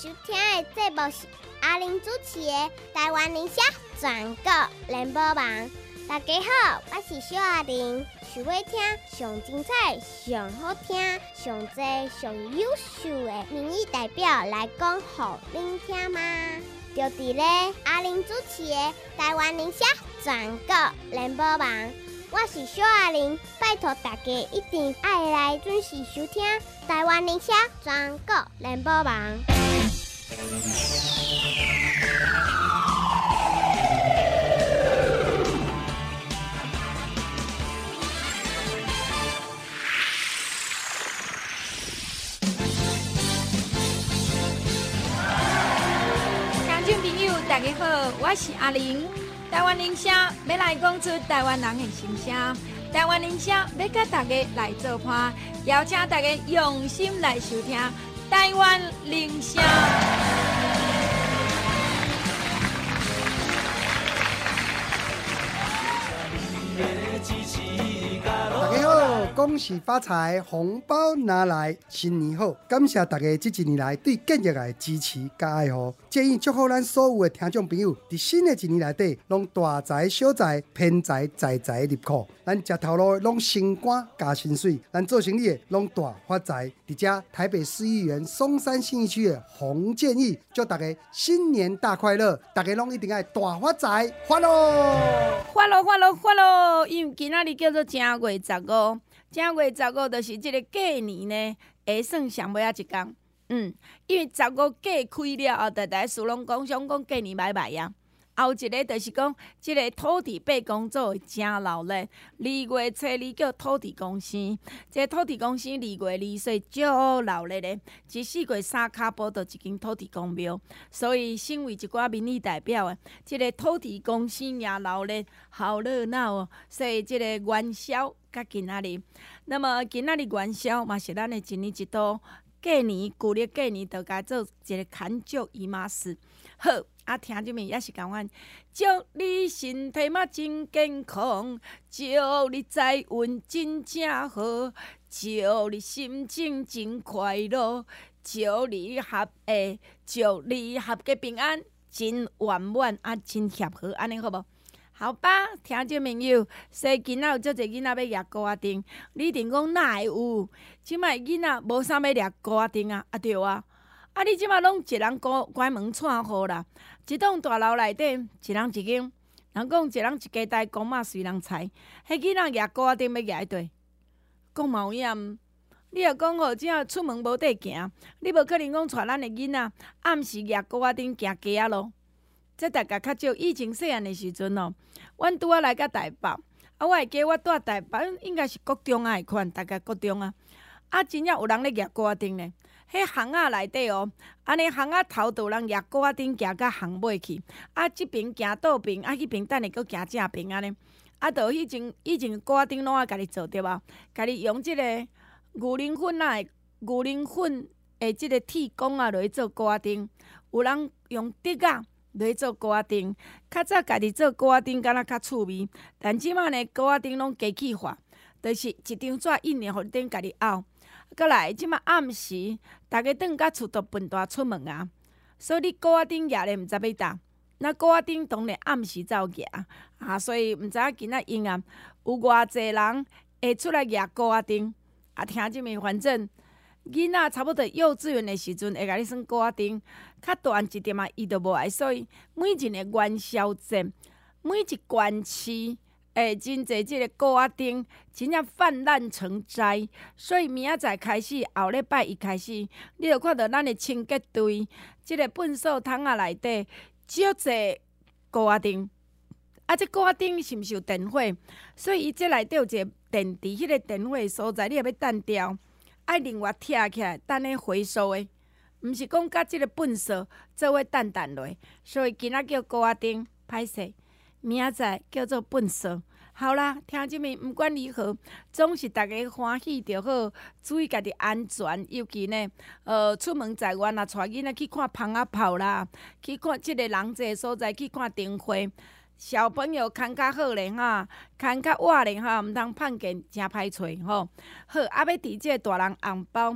收听的节目是阿玲主持的《台湾人社全国联播网》。大家好，我是小阿玲。想要听上精彩、上好听、上多、上优秀的民意代表来讲，给您听吗？就伫咧阿玲主持的《台湾人社全国联播网》。我是小阿玲，拜托大家一定要来准时收听台湾人社全国联播网。 听众朋友，大家好，我是阿玲。台湾人社要来讲出台湾人的心声，台湾人社要甲大家来做伴，邀请大家用心来收听台湾人社。 大家好，恭喜发财，红包拿来，新年好！感谢大家这一年来对建业的支持和爱护。建议祝福咱所有的听众朋友，在新的一年内底，拢大财小财，偏财财财入库。咱食头路的拢升官加薪水，咱做生意的拢大发财。伫遮台北市议员松山信义区的洪建义，祝大家新年大快乐！大家拢一定要大发财，发咯！ 发咯发咯发咯！因为今仔日叫做正月15，正月15就是这个过年呢，会算上尾一天。因为15假开了后，大家事拢讲想讲过年拜拜呀。后一个就是讲，即个土地八公做的真闹热。2月初2叫土地公生，这土地公生2月2岁足闹热的。一4月3骹步就一间土地公庙，所以身为一寡民意代表的，即个土地公生也闹热，好热闹哦。所以即个元宵甲今仔日，那么今仔日元宵嘛是咱的一年一度过年，旧历过年就该做一个牵祝姨妈事。好。听众们也是共款，祝你身体嘛真健康，祝你财运真正好，祝你心情真快乐，祝你合家平安，真圆满真协和，安尼好无？好吧，听众朋友，所以今仔有足侪囡仔要掠高仔灯，你一定讲哪会有？即摆囡仔无啥要掠高仔灯啊？对啊。你即马拢一人关门串户啦，一栋大楼内底一人一间，人讲一人一家台，公妈随人财。迄囡仔举高仔灯要举对，讲嘛有影。你若讲吼，只出门无地行，你无可能讲带咱的囡仔暗时举高仔灯行街仔咯。这大家较少，以前细汉的时阵哦，阮拄仔来到台北，我会记我住台北，应该是国中啊迄款，大概国中啊。真正有人咧举高仔灯咧。迄巷仔内底哦，安尼巷仔头都有人举高仔灯举到巷尾去，即边行倒边，迄边等下佫行正边安尼。就以前高仔灯拢爱家己做对吧？家己用即个牛奶粉的即个铁管啊落去做高仔灯，有人用竹仔落去做高仔灯。较早家己做高仔灯敢若较趣味，但即摆呢高仔灯拢机器化，就是一张纸印了，互你顶家己拗。过来，即马暗时，大家转甲厝都分大出门啊，所以你高仔灯举咧，毋知要搭。那高仔灯当然暗时才有举所以毋知影今仔因啊有偌济人会出来举高仔灯听即面，反正囡仔差不多幼稚园的时阵会甲你耍高仔灯，较大一点伊就无爱。所以每一个元宵节，每一县市。真侪即个高仔灯真正泛滥成灾，所以明仔载开始，后礼拜一开始，你就看到咱的清洁队，即个粪扫桶仔内底足侪高仔灯。这高仔灯是毋是有电火？所以伊这内底有一个电池，迄个电火的所在，你若要弹掉，爱另外拆起来，等咧回收的，毋是讲甲即个粪扫做伙弹落。所以今仔叫高仔灯，歹势。明仔载叫做粪扫。好啦，听即面毋管如何，总是大家欢喜就好，注意家己安全。尤其呢，出门在外啊，带囡仔去看蜂仔炮啦，去看即个人济所在，去看灯会。小朋友看较好咧哈，看较活咧哈，毋通碰见真歹找吼。好，要伫即个大人红包，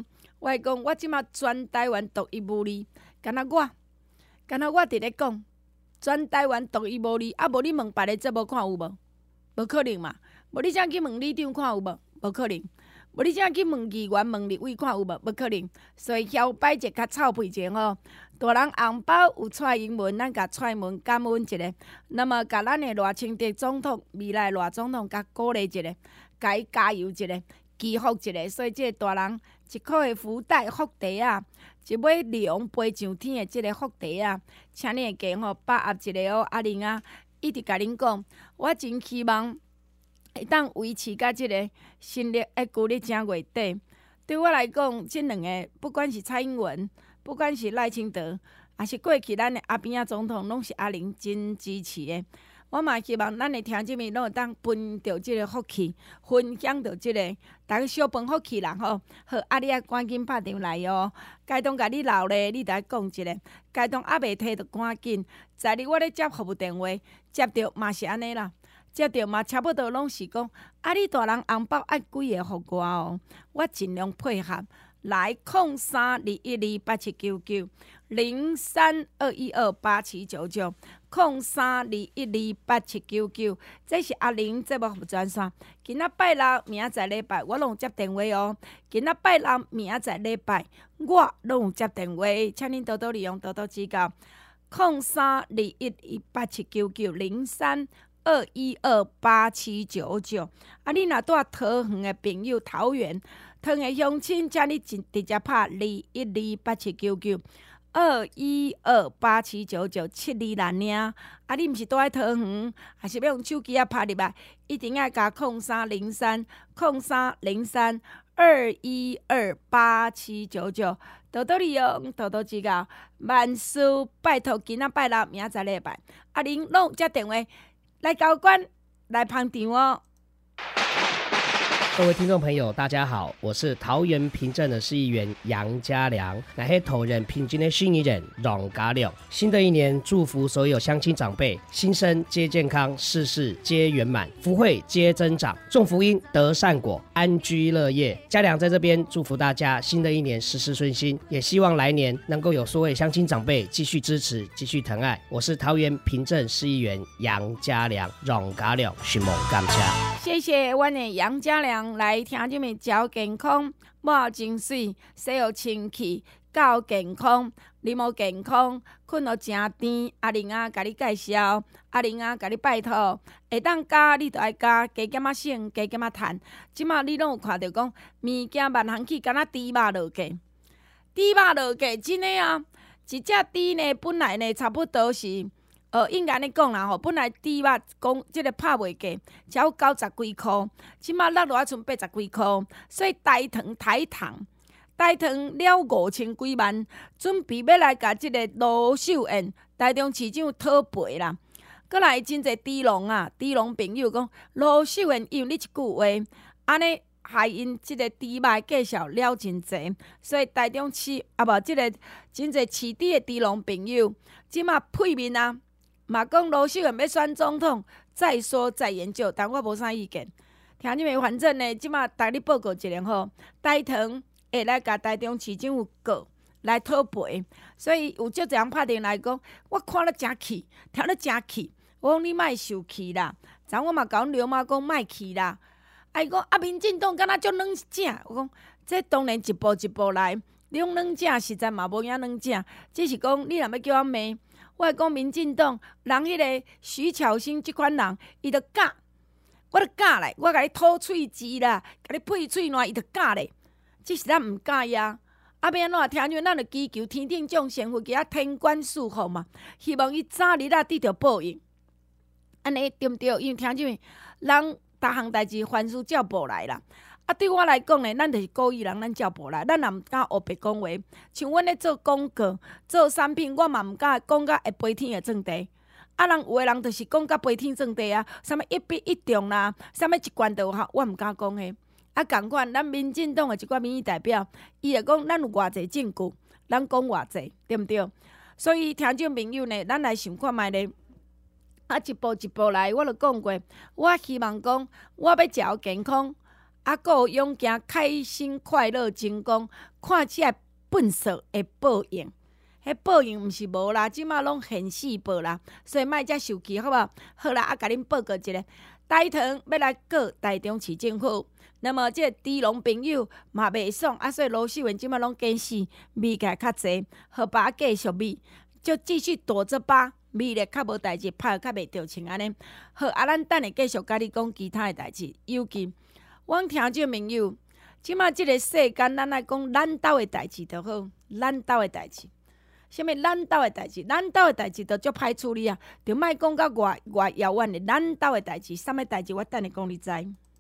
我会讲，我即马全台湾独一无二，敢若我伫咧讲，全台湾独一无二，啊无你问别个节目看有无？无可能嘛。无你怎去问里长看有无？无可能。无你怎去问议员、问立委看有无？无可能。所以摇摆者较臭屁者吼，大人红包有蔡英文，咱甲蔡英文感恩一下。那么甲咱的赖清德总统、未来赖总统甲鼓励一下，甲伊加油一下，祈福一下。所以即个大人一块的福袋福袋啊，一尾龙飞上天的即个福袋啊，请你会加吼把握一下哦。阿玲啊，一直甲恁讲，我真希望会当维持甲即个新历旧历正月底。对我来讲，即两个不管是蔡英文，不管是赖清德，也是过去咱的阿扁仔总统，拢是阿玲真支持的。我嘛希望咱的听众们拢会当分到即个福气，分享到即个大家小分福气啦吼。好，啊你啊赶紧拍电话来哦。该当甲你闹咧，你著爱讲一下。该当还袂摕，著赶紧。在你我咧接服务电话，接到嘛是安尼啦。接到嘛，差不多拢是讲，啊你大人红包爱几个互我哦，我尽量配合。来0321287799 0321287799 0321287799，这是阿玲节目服务专线。今仔拜六，明仔载礼拜，我拢有接电话哦。今仔拜六，明仔载礼拜，我拢有接电话，请恁多多利用，多多指教。0321287799 0321287799。啊，你若住桃园的朋友，桃园的乡亲，请你直接拍21287799 21287799 72尔。啊，你毋是住喺桃园，还是要用手机拍入来，一定要加0303 0222287799。多多利用，多多指教，万事拜托。今仔拜六，明仔载礼拜，阿玲拢有接电话来交关来捧场哦。 各位听众朋友，大家好，我是桃园平镇的市议员杨家良，乃是桃园平镇的新议员荣家良。新的一年，祝福所有乡亲长辈，新生皆健康，事事皆圆满，福慧皆增长，众福音得善果，安居乐业。家良在这边祝福大家，新的一年事事顺心，也希望来年能够有所有乡亲长辈继续支持，继续疼爱。我是桃园平镇市议员杨家良，荣家良，寻梦感谢。 谢谢阮的杨家良来听众们照健康，抹真水，洗好清气，够健康，你无健康，困到真甜。阿玲啊，甲你介绍，阿玲啊，甲你拜托，会当加你就爱加减仔省，加减仔趁。即马你拢有看到讲，物件万行起，敢若猪肉落价，猪肉落价真诶啊！一只猪呢，本来呢差不多是。应该安尼讲啦吼，本来猪肉讲即个拍袂价，只有90几箍，即马落落啊剩80几箍，所以台糖了5000几万，准备要来甲即个罗秀燕台中市长讨赔啦。搁来真侪猪农啊，猪农朋友讲罗秀燕用你一句话，安尼害因即个猪肉价少了真侪，所以台中市啊无即个真侪市猪的猪农朋友，即马屁面啊！嘛讲罗秀燕要选总统，再说再研究，但我无啥意见。听你们反正呢，即马大你报告一下吼，台糖会来甲台中市长有告来讨赔，所以有足侪人拍电话来讲，我看了真气，听了真气，我讲你莫受气啦。昨我嘛甲阮刘妈讲莫气啦，伊讲啊，民进党敢若足软正，我讲这当然一步一步来，你讲软正实在嘛无影软正，只是讲你若要叫我骂。我会讲民进党人迄个徐巧芯即款人，伊着假，我着假来，我甲你吐喙舌啦，甲你配喙烂，伊着假咧。即是咱毋介意啊。啊，要安怎听见咱着祈求天顶众仙佛给他天官赐福嘛，希望伊早日得到报应。安尼对毋对？因为听见人逐项代志凡事照报来啦。啊，对我来讲呢，咱就是故意人，咱照报来，咱也毋敢黑白讲话。像阮咧做广告、做产品，我嘛毋敢讲甲会飞天会撞地。啊，人有诶人就是讲甲飞天撞地啊，啥物一笔一中啦，啥物一罐就好，我毋敢讲诶。啊，共款咱民进党诶一寡民意代表，伊会讲咱有偌济证据，咱讲偌济，对毋对？所以听众朋友呢，咱来想看觅咧。啊，一步一步来，我著讲过，我希望讲，我要食健康。 啊，还有勇行开心快乐成功，看起来笨拙的报应。迄报应毋是无啦，即马拢现世报啦，所以莫遮受气，好无？好啦，甲恁报告一个，台糖要来告台中市政府。那么即个猪农朋友嘛袂爽，所以罗秀元即马拢坚持米价较济，互爸继续米，就继续躲着疤，米咧较无代志，拍较袂着穿安尼。好，咱等下继续甲你讲其他的代志，尤其阮听众朋友，即马即个世间，咱爱讲咱兜的代志就好，咱兜的代志。啥物咱兜的代志？咱兜的代志就足歹处理啊！就莫讲到外遥远的咱兜的代志，啥物代志我等下讲你知。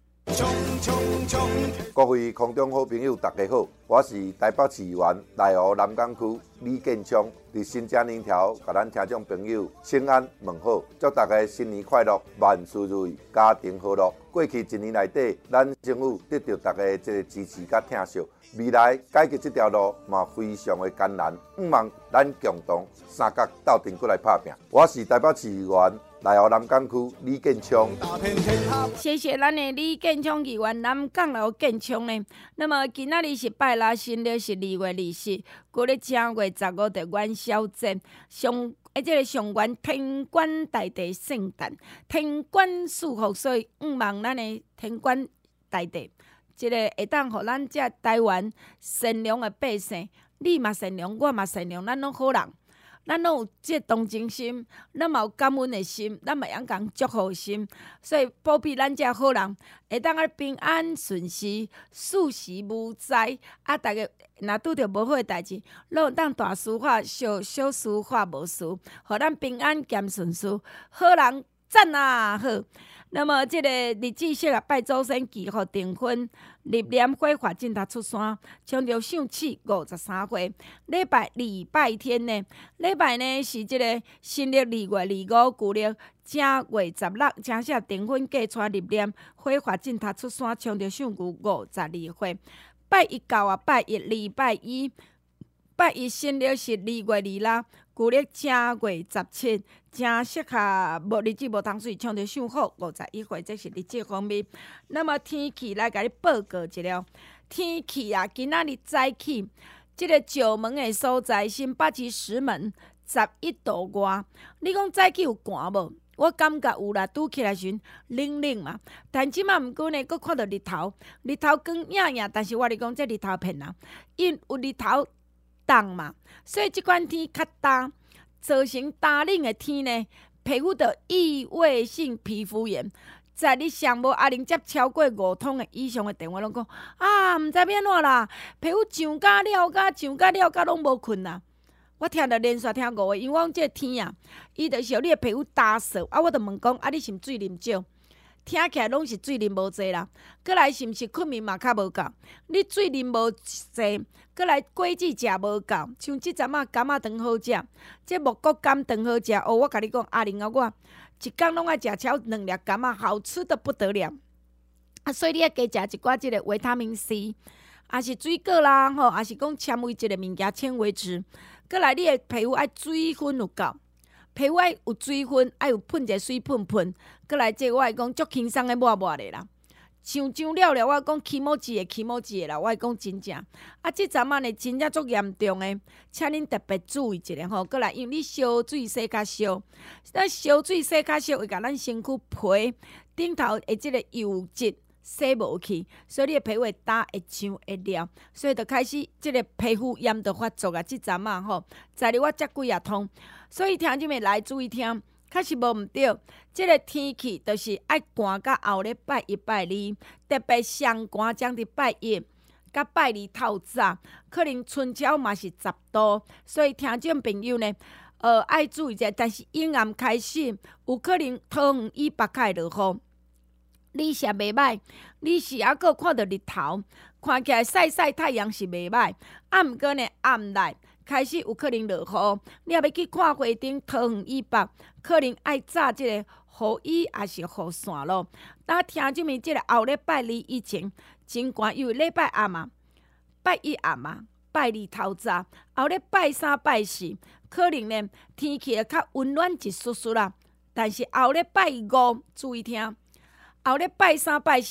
各位空中好朋友，大家好，我是台北市议员内湖南港区李建昌。伫新正年条，甲咱听众朋友请安问好，祝大家新年快乐，万事如意，家庭和乐。过去一年内底，咱政府得到大家这个支持甲疼惜，未来解决这条路嘛非常的艰难，毋望咱共同三角斗阵过来拍拼。我是台北市议员内湖南港区李建昌。 谢谢咱的李建昌议员，南港老建昌呢。那么今仔日是拜六，新历是2月20，过咧正月15的元宵节，这个上元天官大帝圣诞，天官赐福，所以望咱的天官大帝，这个会当互咱这台湾善良的百姓，你嘛善良，我嘛善良，咱拢好人。咱拢有这同情心，咱嘛有感恩的心，咱嘛会讲祝福的心，所以保庇咱这好人会当平安顺时，事事无灾。大家若拄着无好的代志，拢有当大事化小，小事化无事，互咱平安兼顺遂。好人赞啊！好。那么，这个日子适合拜祖先、祈福订婚、入殓、火化、进塔出山，冲着上市53岁。礼拜天呢？礼拜呢是这个新历2月25，旧历正月16，正式订婚、嫁娶、入殓、火化、进塔出山，冲着上牛52岁。拜一到啊，拜一礼拜一。拜一新历是2月26，旧历正月17，正适合无日子无糖水，冲着上好51岁，这是日子方面。那么天气来甲你报告一了，天气啊，今仔日早起，这个石门的所在，新北市石门11度外。你讲早起有寒无？我感觉有啦，拄起来时冷冷嘛。但即马毋过呢，佫看到日头光影影，但是我咧讲这日头骗人，因有日头重嘛，所以即款天较干，造成干冷的天呢，皮肤的异位性皮肤炎。在你上无阿玲接超过5通的以上的电话，拢讲毋知要安怎啦，皮肤上甲了甲拢无困啦。我听着连续听5个，因为我讲这天啊，伊就是你的皮肤干燥我就问讲你是毋水啉少？听起来拢是水啉无济啦，过来是毋是困眠嘛较无够？你水啉无济，过来果子食无够，像即阵啊柑仔糖好食，这木果柑糖好食。我甲你讲，阿玲我一工拢爱食超2粒柑仔，好吃得不得了。所以你要加食一寡即个维他命 C， 也是水果啦，也是讲纤维质的物件，纤维质。过来你的皮肤爱水分有够。皮肤爱有水分，爱有喷者水喷喷。过来，这我会讲足轻松的抹的啦。上了，我讲起毛子的啦。我会讲真正，即阵仔呢真正足严重的，请恁特别注意一下吼。过来，因为你烧水洗较烧，咱烧水洗较烧会甲咱身躯皮顶头的即个油脂洗无去，所以你的皮肤会干会痒会了，所以就开始即个皮肤炎就发作啊！即阵仔吼，在哩我接几啊通。所以听众们来注意听，确实无毋对。即个天气就是爱寒到后礼拜1、拜2，特别上寒将伫拜1甲拜2透早，可能春潮嘛是10度。所以听众朋友呢，爱注意者，但是阴暗开始有可能桃园以北开落雨。你是袂歹，你是还阁看到日头，看起来晒太阳是袂歹，毋过呢暗内。开始有可能落雨，你也要去看花灯，桃园以北可能爱炸即个雨衣，也是雨伞咯。当听即面即个后礼拜2以前，真寒，因为礼拜暗嘛，拜1暗嘛，拜2透早，后礼拜3、拜4，可能呢天气会较温暖一丝丝啦。但是后礼拜5注意听，后礼拜3、拜4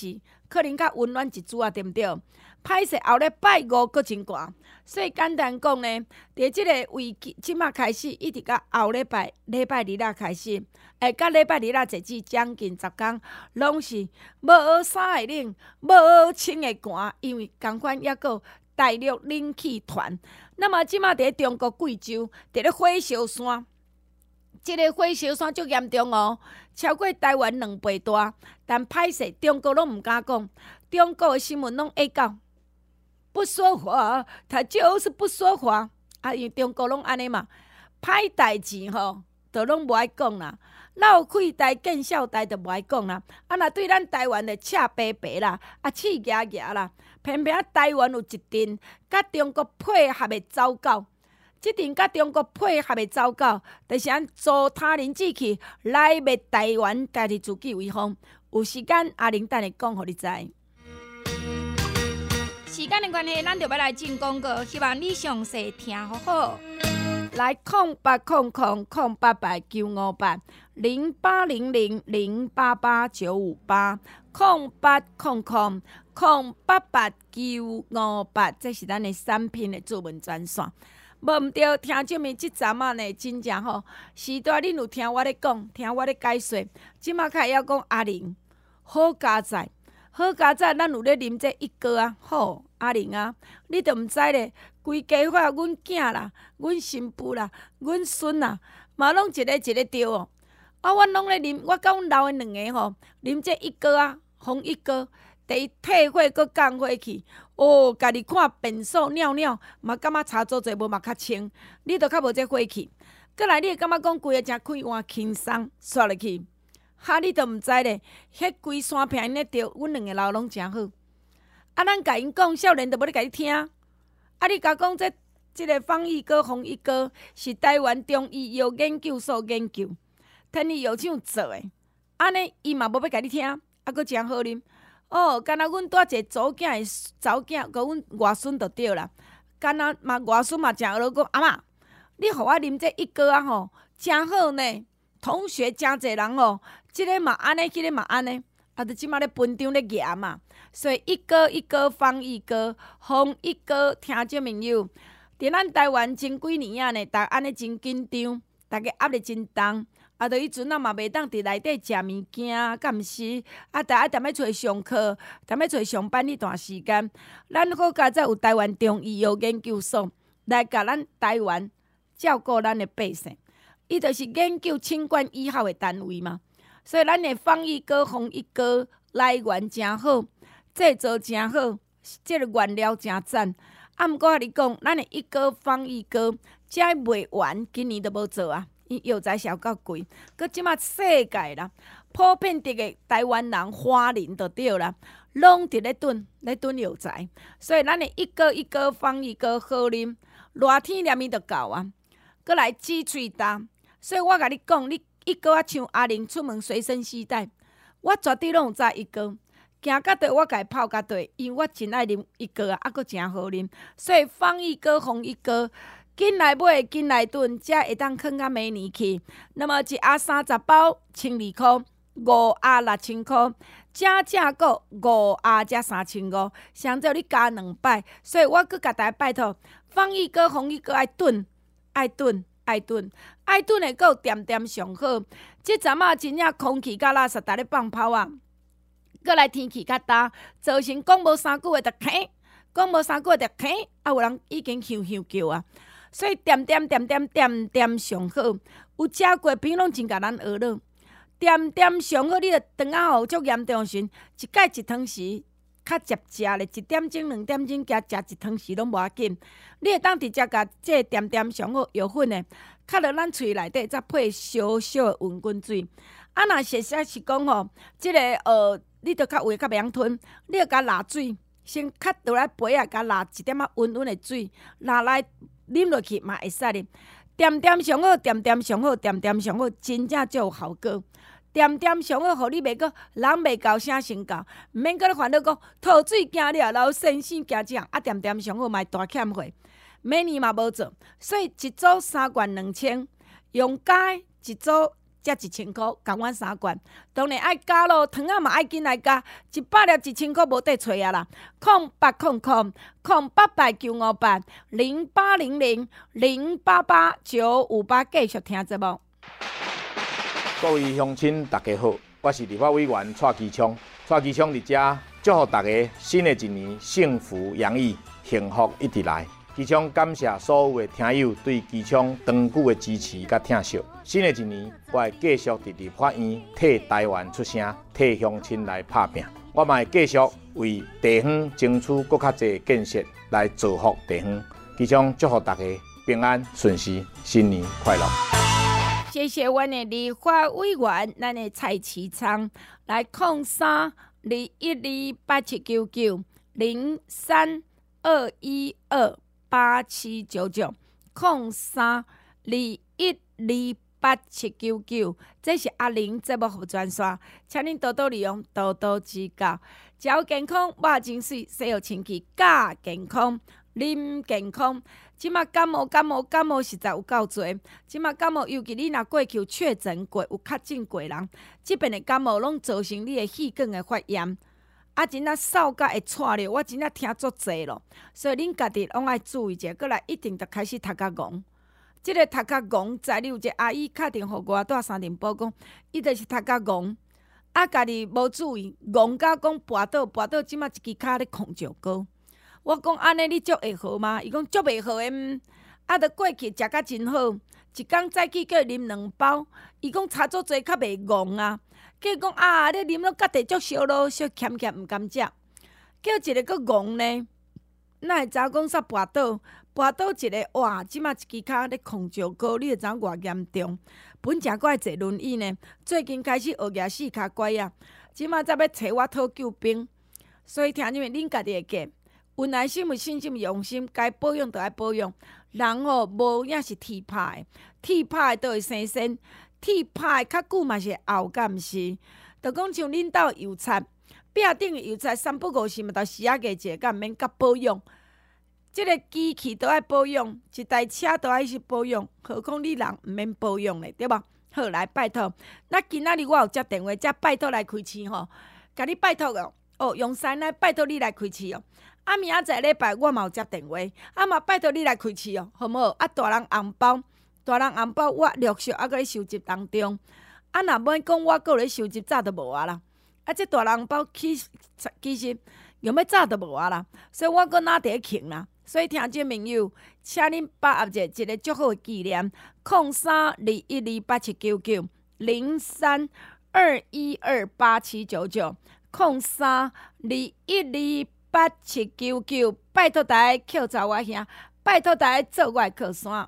可能较温暖一组啊，对毋对？歹势后礼拜五搁真寒，所以简单讲呢，伫即个为期即马开始，一直到后礼拜日啊开始，到礼拜日啊截止将近10天，拢是无衫会冷，无穿会寒，因为共款抑个大陆冷气团。那么即马伫中国贵州，伫咧火烧山。即个火烧山足严重哦，超过台湾2倍大，但歹势中国拢毋敢讲，中国的新闻拢会讲不说话，他就是不说话。因为中国拢安尼嘛，歹代志吼，就拢无爱讲啦。闹气代、见笑代，就无爱讲啦。若对咱台湾的赤白白啦，刺牙牙啦，偏偏台湾有一阵甲中国配合的走狗。即阵甲中国配合的走狗，就是按做他人志气来灭台湾，家己自己为风。有时间阿玲等下讲，互你知。时间的关系，咱就要来进广告，希望你详细听好好。来0800-088-958，0800-088-958，这是咱的产品的主文专线。无毋对，听证明即阵仔呢，真正吼，时代恁有听我咧讲，听我咧解说。即马开始要讲阿玲，好加载，好加载，咱有咧啉这一哥啊，好阿玲啊，你都毋知咧，规家伙，阮囝啦，阮新妇啦，阮孙啦，嘛拢一个着哦。我拢咧啉，我甲阮老的2个吼，啉这一哥啊，红一哥。第一退火搁降火去，家己看便所尿尿，嘛感觉差做侪无嘛较清，你都较无这火气。过来，你会感觉讲规个真开换轻松，刷入去，你都毋知咧，迄规山片因咧着，阮2个老拢真好。咱甲因讲，少年都无咧甲你听。你甲讲即个方一哥、红一哥是台湾中医药研究所研究，天理药厂做诶，安尼伊嘛无要甲你听，搁真好啉。敢若阮带一个祖囝的查某囝，甲阮外孙就对啦。敢若嘛外孙嘛真学了讲，阿嬷，你互我啉这一哥啊吼，真好呢。同学真侪人吼，即个嘛安尼，迄个嘛安尼，就即马咧分场咧举嘛。所以一哥方一哥，红一哥，听众朋友，伫咱台湾前几年啊呢，逐安尼真紧张，逐个压力真重。就迄阵嘛袂当伫内底食物件，敢毋是？逐要出去上课，要出去上班迄段时间，咱好佳哉有台湾中医药研究所来甲咱台湾照顾咱的百姓，伊就是研究清冠医学的单位嘛。所以咱的方一哥、红一哥来源真好，制作真好，即个原料真赞。毋过你讲，咱的一哥、方一哥，遮卖完，今年都无做啊。药材烧较贵，佮即马世界啦，普遍伫个台湾人华人就对啦，拢伫咧囤药材，所以咱的一哥方一哥好啉，热天念伊就够啊。佮来止喙焦，所以我甲你讲，你一哥啊像阿玲出门随身携带，我绝对拢有载一哥，行到倒我家泡到倒，因为我真爱啉一哥啊，佮真好啉，所以方一哥、红一哥。紧来买，紧来囤，才会当囥到明年去。那么一盒30包，1200块，5盒6000块，正个5盒才3500，上少你加2摆。所以我搁甲大家拜托，方一哥、红一哥爱囤，爱囤的够点点上好。即阵仔真正空气甲垃圾逐咧放炮啊！搁来天气较大，造成讲无3句话就咳，讲无3句话就咳，有人已经咻咻叫啊！所以点上好，有食过朋友拢真甲咱学了。点上好，你着肠仔吼足严重时，一盖一汤匙较接食咧，1点钟、2点钟加食一汤匙拢无要紧。你会当直接甲这点上好药粉咧，卡落咱喙内底，再配小小的温滚水。若实在是讲吼，即个你着较有较袂晓吞，你着甲辣水，先卡倒来杯啊，甲辣一点仔温的水，拿来。啉落去嘛会使哩，点上好，点上好，真正足有效果。点上好，互你袂个人袂高声先高，毋免搁咧烦恼讲吐水惊了，然后先生惊这样点上好嘛大欠货，明年嘛无做，所以一组3罐2000，用解一组才1000块，共阮3罐。当然爱加咯，糖仔嘛爱紧来加，100粒1000块无得找啊啦。0800-0800-0800-0888-958继续听节目。 各位乡亲，大家好，我是立法委员蔡其昌。蔡其昌伫遮祝福大家新的一年幸福洋溢，幸福一直来。其昌感谢所有的听友对其昌长久的支持甲疼惜。新的一年，我会继续伫立法院替台湾出声，替乡亲来拍拼。我嘛会继续为地方争取更较侪建设来造福地方。其昌祝福大家平安顺遂，新年快乐！ 谢谢阮的立法委员，咱的蔡其昌来03-212-8799，03-212-8799，这是阿玲节目服专线，请您多多利用，多多指教。食有健康，肉真水，洗有清气，加健康，啉健康。即马感冒实在有够多。即马感冒，尤其你若过去确诊过、有确诊过人，即边的感冒拢造成你的气管的发炎，真正扫甲会喘了。我真正听足济咯，所以恁家己拢爱注意者，过来一定得开始读甲戆。即个读甲戆，在你有一个阿姨敲电话过来，带三点报讲，伊就是读甲戆，家己无注意，戆甲讲跋倒，即马一支骹咧控石膏。我讲安尼你足会好吗？伊讲足袂好的，着过去食甲真好，一工早起叫伊啉2包。伊讲差足济较袂戆啊。叫伊讲你啉了甲地足烧咯，小欠毋甘食。叫一个佫戆呢，哪会知影讲煞跋倒一个哇！即马一支骹咧控石膏，你会知影偌严重？本正佫爱坐轮椅呢，最近开始学举4骹拐啊，即马才要找我讨救兵。所以听你们恁家己会记。有耐心、有信心、用心，该保养就爱保养。人无影是铁拍的，铁拍的都会生铆，铁拍的较久嘛是后，敢毋是？就讲像恁兜油菜，壁顶的油菜3不5时嘛，就洗一下，敢毋免甲保养。即个机器都爱保养，一台车都爱去保养，何况你人毋免保养咧，对无？好，来拜托。那今仔日我有接电话，才拜托来开市吼，甲你拜托哦，用山来拜托你来开市哦。明仔载礼拜我嘛有接电话，嘛拜托你来开市哦，好无好？大人红包我陆续搁咧收集当中。若免讲我搁咧收集，早就无啊啦。这大人红包其实用要早就无啊啦，所以我搁拿伫庆啦。所以听众朋友，请恁把握者一个足好的纪念，03-212-8799，03-212-8799，拜托大家扣查我兄，拜托大家做我的靠山。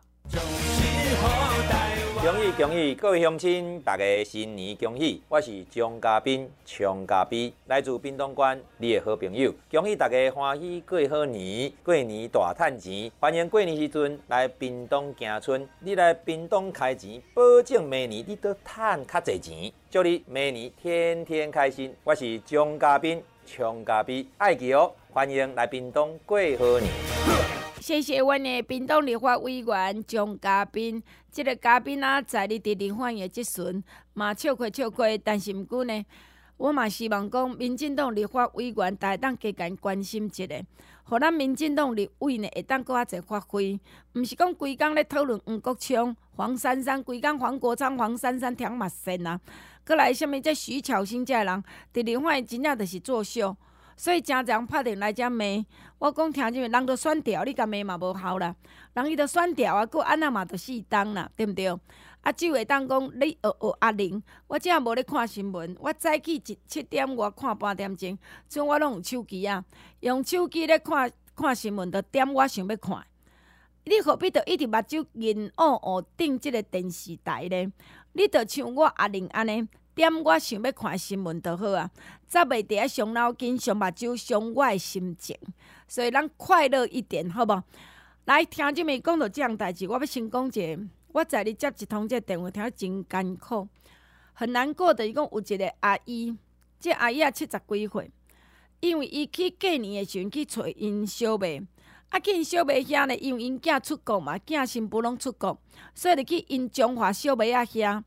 恭喜各位乡亲，大家新年恭喜！我是张嘉宾，强嘉宾，来自屏东县，你的好朋友。恭喜大家欢喜过好年，过年大赚钱。欢迎过年时阵来屏东行村，你来屏东开钱，保证明年你都赚较侪钱。祝你明年天天开心！我是张嘉宾，强嘉宾，爱记哦！欢迎来屏东过好年。 谢谢阮的屏东立法委员张嘉宾，这个嘉宾在你伫立法院的即阵嘛笑亏，但是毋过呢，我嘛希望讲民进党立法委员大家当加紧关心一下，互咱民进党立委呢会当搁较侪发挥，毋是讲规工咧讨论黄国昌、黄珊珊，规工黄国昌、黄珊珊听目线啊，搁来什物这徐巧芯这人伫立法院真正就是作秀。所以真侪人拍电来遮骂，我讲听人都选掉，你甲骂嘛无效啦。人伊都选掉啊，佮安那嘛都死当啦，对毋对？只会当讲你阿玲，我真无咧看新闻，我早起7点外看半点钟，像我拢用手机啊，用手机咧看新闻，就点我想要看。你何必着一直目睭nhìn盯即个电视台咧？你着像我阿玲安尼。点我想要看新闻就好啊，则袂伫遐伤脑筋、伤目睭、伤我的心情，所以咱快乐一点，好无？来，听即物讲到即样代志，我要先讲一个，我在你接一通这电话，听真艰苦，很难过的。伊讲有一个阿姨，这阿姨70几岁，因为伊去过年的时阵去找因小妹，去因小妹遐呢，因为因囝出国嘛，囝新妇拢出国，所以就去因中华小妹遐。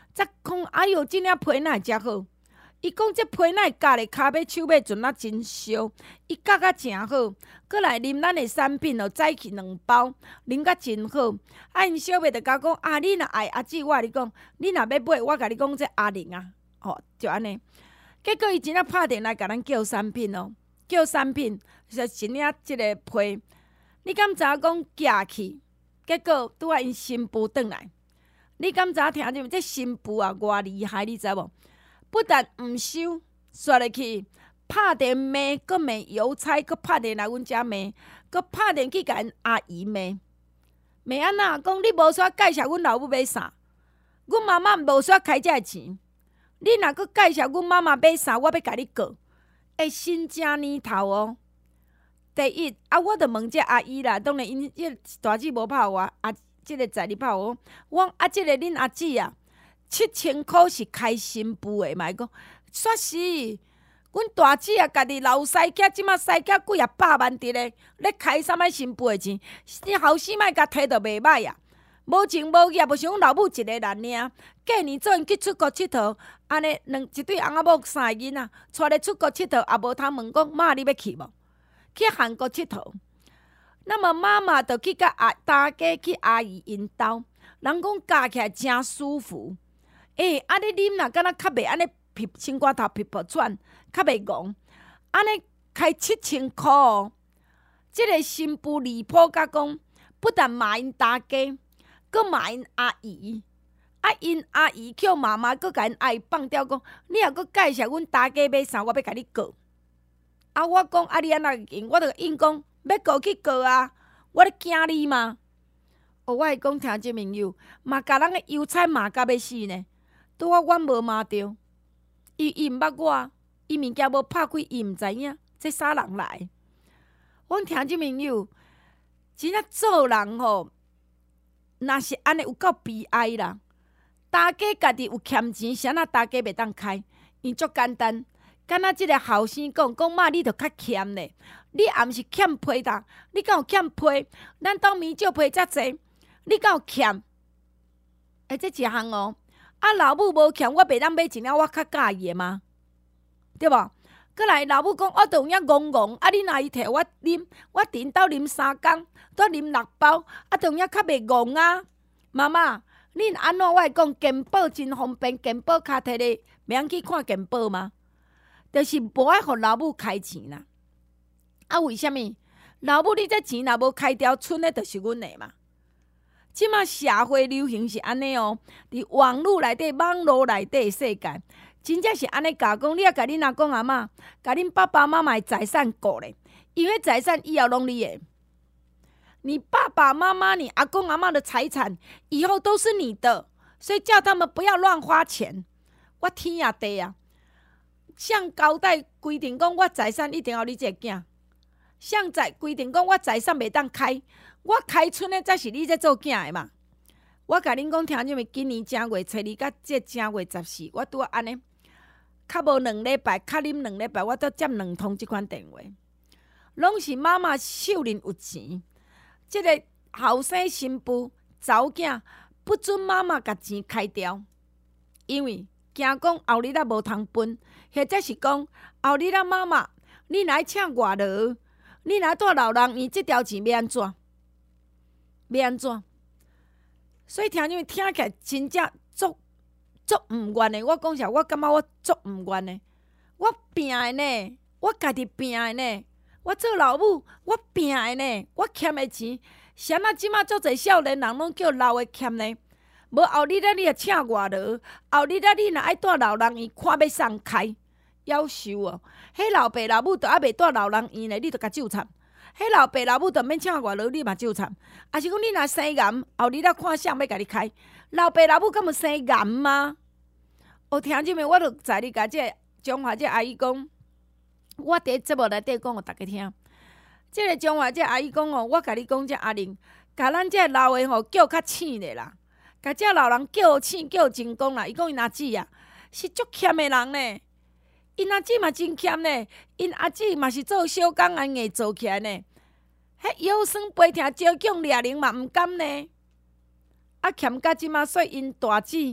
则讲哎哟，即领皮哪会遮好？伊讲这皮哪会夹咧骹尾手尾阵啊真烧，伊夹啊诚好，搁来啉咱的产品哦，早起2包，啉甲真好。啊，因小妹就甲讲啊，你若爱阿姊，我甲你讲，你若要买，我甲你讲这阿玲啊，哦，就安尼。结果伊真正拍电来甲咱叫产品哦，叫产品是真领即个皮。你敢知影讲寄去？结果拄啊因新妇转来，你敢知影听着这新妇啊偌厉害，你知无？不但毋收，刷入去拍电骂，搁骂邮差，搁拍电来阮遮骂，搁拍电去甲因阿姨骂。骂安那？讲你无煞介绍阮老母买啥？阮妈妈无煞开遮钱。你若搁介绍阮妈妈买啥，我要甲你告。新正年头哦。第一啊，我著问这阿姨啦，当然因即大姊无拍我，即个在哩拍我。我即个恁阿姊啊。7000箍是开新妇的，嘛讲，煞是，阮大姊啊，家己老师囝，即马师囝几啊百万伫咧开啥物新妇的钱，你后生莫甲摕着袂歹啊！无情无义，无像阮老母一个人尔。过年做因去出国佚佗，安尼一对翁仔某3个囡仔，带咧出国佚佗，也无通问讲妈你要去无？去韩国佚佗，那么妈妈就去甲大家去阿姨因兜，人讲加起来真舒服。安尼啉若敢若较袂安尼鼻青瓜头、鼻泡喘，较袂戆。安尼开7000箍哦。即个新妇离谱甲讲，不但骂因大家，搁骂因阿姨。因阿姨叫妈妈，搁甲因阿姨放掉讲，你若搁介绍阮大家买啥，我要甲你告。我讲你安怎应？我著应讲要告去告啊！我咧惊你吗？我会讲听即朋友，嘛甲人个邮差骂甲要死呢。拄啊，阮无骂着，伊毋捌我，伊物件无拍开，伊毋知影，这啥人来？阮听即朋友，真正做人吼，若是安尼有够悲哀啦！大家家己有欠钱，啥那大家袂当开，伊足简单。敢若即个后生讲妈，你着较欠咧，你也毋是欠批的，你敢有欠批？咱兜面借批遮济，你敢有欠？这一项哦。老母无欠，我袂当买一领我较介意的吗？对无？过来老母讲，我著有影戆戆，你若伊摕我啉，我顶斗啉3工，拄啉6包，著有影较袂戆啊。妈妈，恁安怎我会讲健保真方便，健保卡摕咧，袂用去看健保吗？就是无爱互老母开钱啦。为虾米？老母你这钱若无开掉，剩的就是阮的嘛。即马社会流行是安尼哦，伫网络内底、网络内底的世界，真正是安尼教讲。你也甲恁阿公阿嬷、甲恁爸爸妈妈的财产顾咧，因为财产以后拢你的。你爸爸妈妈、你阿公阿嬷的财产以后都是你的，所以叫他们不要乱花钱。我天呀地呀！像交代规定讲，我财产一定要你这个囝。像在规定讲，我财产袂当开。我开春的才是你在做囝的嘛！我甲恁讲，听什么？今年正月初2甲这正月14，我拄安尼，较无2礼拜，较啉2礼拜，我都接2通即款电话，拢是妈妈手里有钱。即个后生新妇查某囝不准妈妈甲钱开掉，因为惊讲后日仔无通分，或者是讲后日仔妈妈，你若爱请外劳，你若住老人院，即条钱要安怎？要安怎？所以听你们听起来真正足毋愿的。我讲实，我感觉我足毋愿的。我拼的呢，我家己拼的呢。我做老母，我拼的呢。我欠的钱，啥啊？即马足侪少年人拢叫老的欠呢。无后日仔你也请外劳，后日仔你若爱住老人院，看要送开，夭寿哦！迄老爸老母都还袂住老人院呢，你著甲咒惨。迄老爸老母都免请外劳，你嘛就惨。啊是讲你若生癌，后日仔看相要甲你开，老爸老母敢有生癌吗？听即面我著在你甲这中华这阿姨讲，我伫节目内底讲互大家听。即个中华这阿姨讲我甲你讲这阿玲，甲咱这老的叫较醒咧啦，甲这老人叫醒叫真讲啦。伊讲因阿姊啊，是足欠的人呢。因阿姊嘛真欠呢，因阿姊嘛是做小工安硬做起来呢。迄腰酸背痛、招强掠铃嘛毋甘呢。欠甲即马，所以因大姊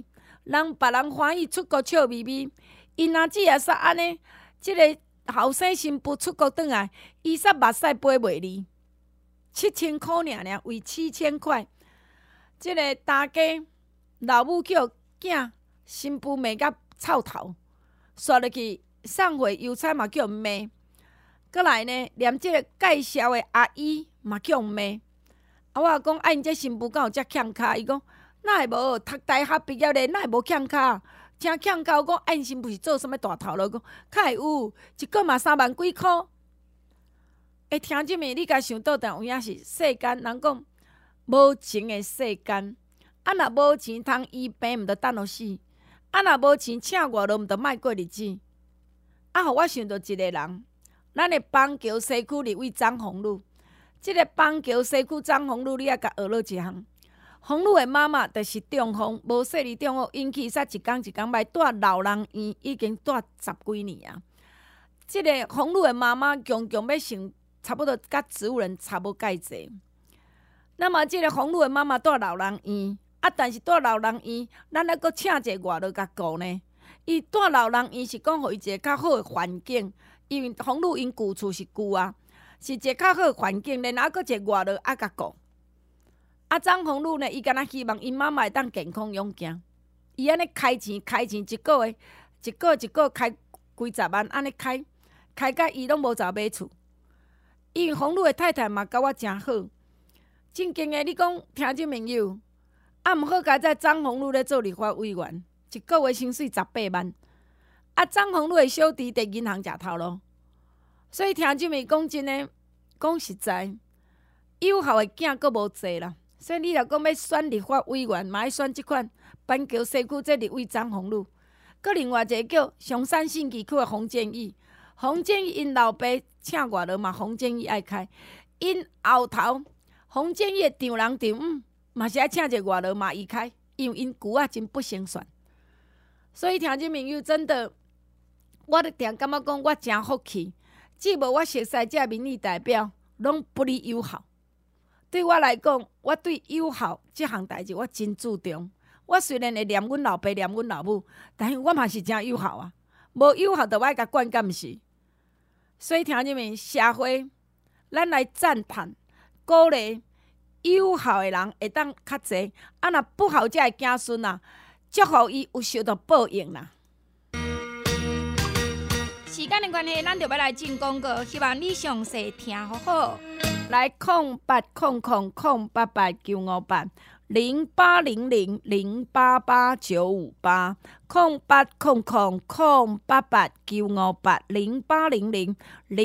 让别人欢喜出国笑眯眯。因若只会煞安尼，即个后生新妇出国转来，伊煞目屎飞袂离，7000块尔，为7000块。即个大家老母叫囝新妇骂甲臭头，刷落去送回邮差嘛叫骂。过来呢，连即个介绍的阿姨嘛叫骂。我讲因这新妇敢有遮欠卡？伊讲哪会无读大学毕业咧，哪会无欠卡？真欠卡！我讲因新妇是做啥物大头路？讲较会有一个嘛3万几箍。听即面，你家想倒有影是世间人讲无情的世间。若无钱通医病，毋着等落死；若无钱请外劳，毋着莫过日子。互我想到一个人，咱的邦桥西区立委张宏宇。即个邦桥西区张宏宇，你也甲学了一项。宏宇的妈妈就是中风，无细哩中风，引起煞一工歹住老人院，已经住10几年啊。即个宏宇的妈妈强要成差不多甲植物人差无介济。那么即个宏宇的妈妈住老人院，但是住老人院，咱还阁请一个外劳甲顾呢。伊住老人院是讲，互伊一个较好的环境，因为宏宇因旧厝是旧啊，是一个较好的环境，然后阁一个外劳甲顾。张宏宇呢，伊敢若希望因妈妈会当健康勇行，伊安尼开钱一个月一个开几十万，安尼开甲伊拢无走买厝。因为宏宇的太太嘛甲我诚好，正经的，你讲听众朋友，毋好甲在张宏宇咧做立法委员，一个月薪水18万，张宏宇的小弟伫银行食头路，所以听众朋友讲真诶，讲实在，有效的囝阁无济啦。所以你若讲要选立法委员，嘛要选即款板桥西区这立委张宏宇，佮另外一个叫松山信义区的洪建义。洪建义因老爸请外劳嘛，洪建义爱开。因后头洪建义的丈人丈母嘛是爱请一个外劳嘛伊开，因为因舅仔真不成全。所以听众朋友真的，我著定感觉讲我真福气，只无我熟悉这民意代表拢不离友好。对我来讲，我对友好这项代志我真注重。我虽然会念阮老爸、念阮老母，但是我嘛是真友好啊。无友好，就我甲管干毋是。所以听你们社会，咱来赞叹、鼓励友好的人会当较济。若不好才的子孙啊，祝福伊有受到报应啦。时间的关系，咱就要来进广告，希望你详细听好好。来0800088958 0800088958 0800088958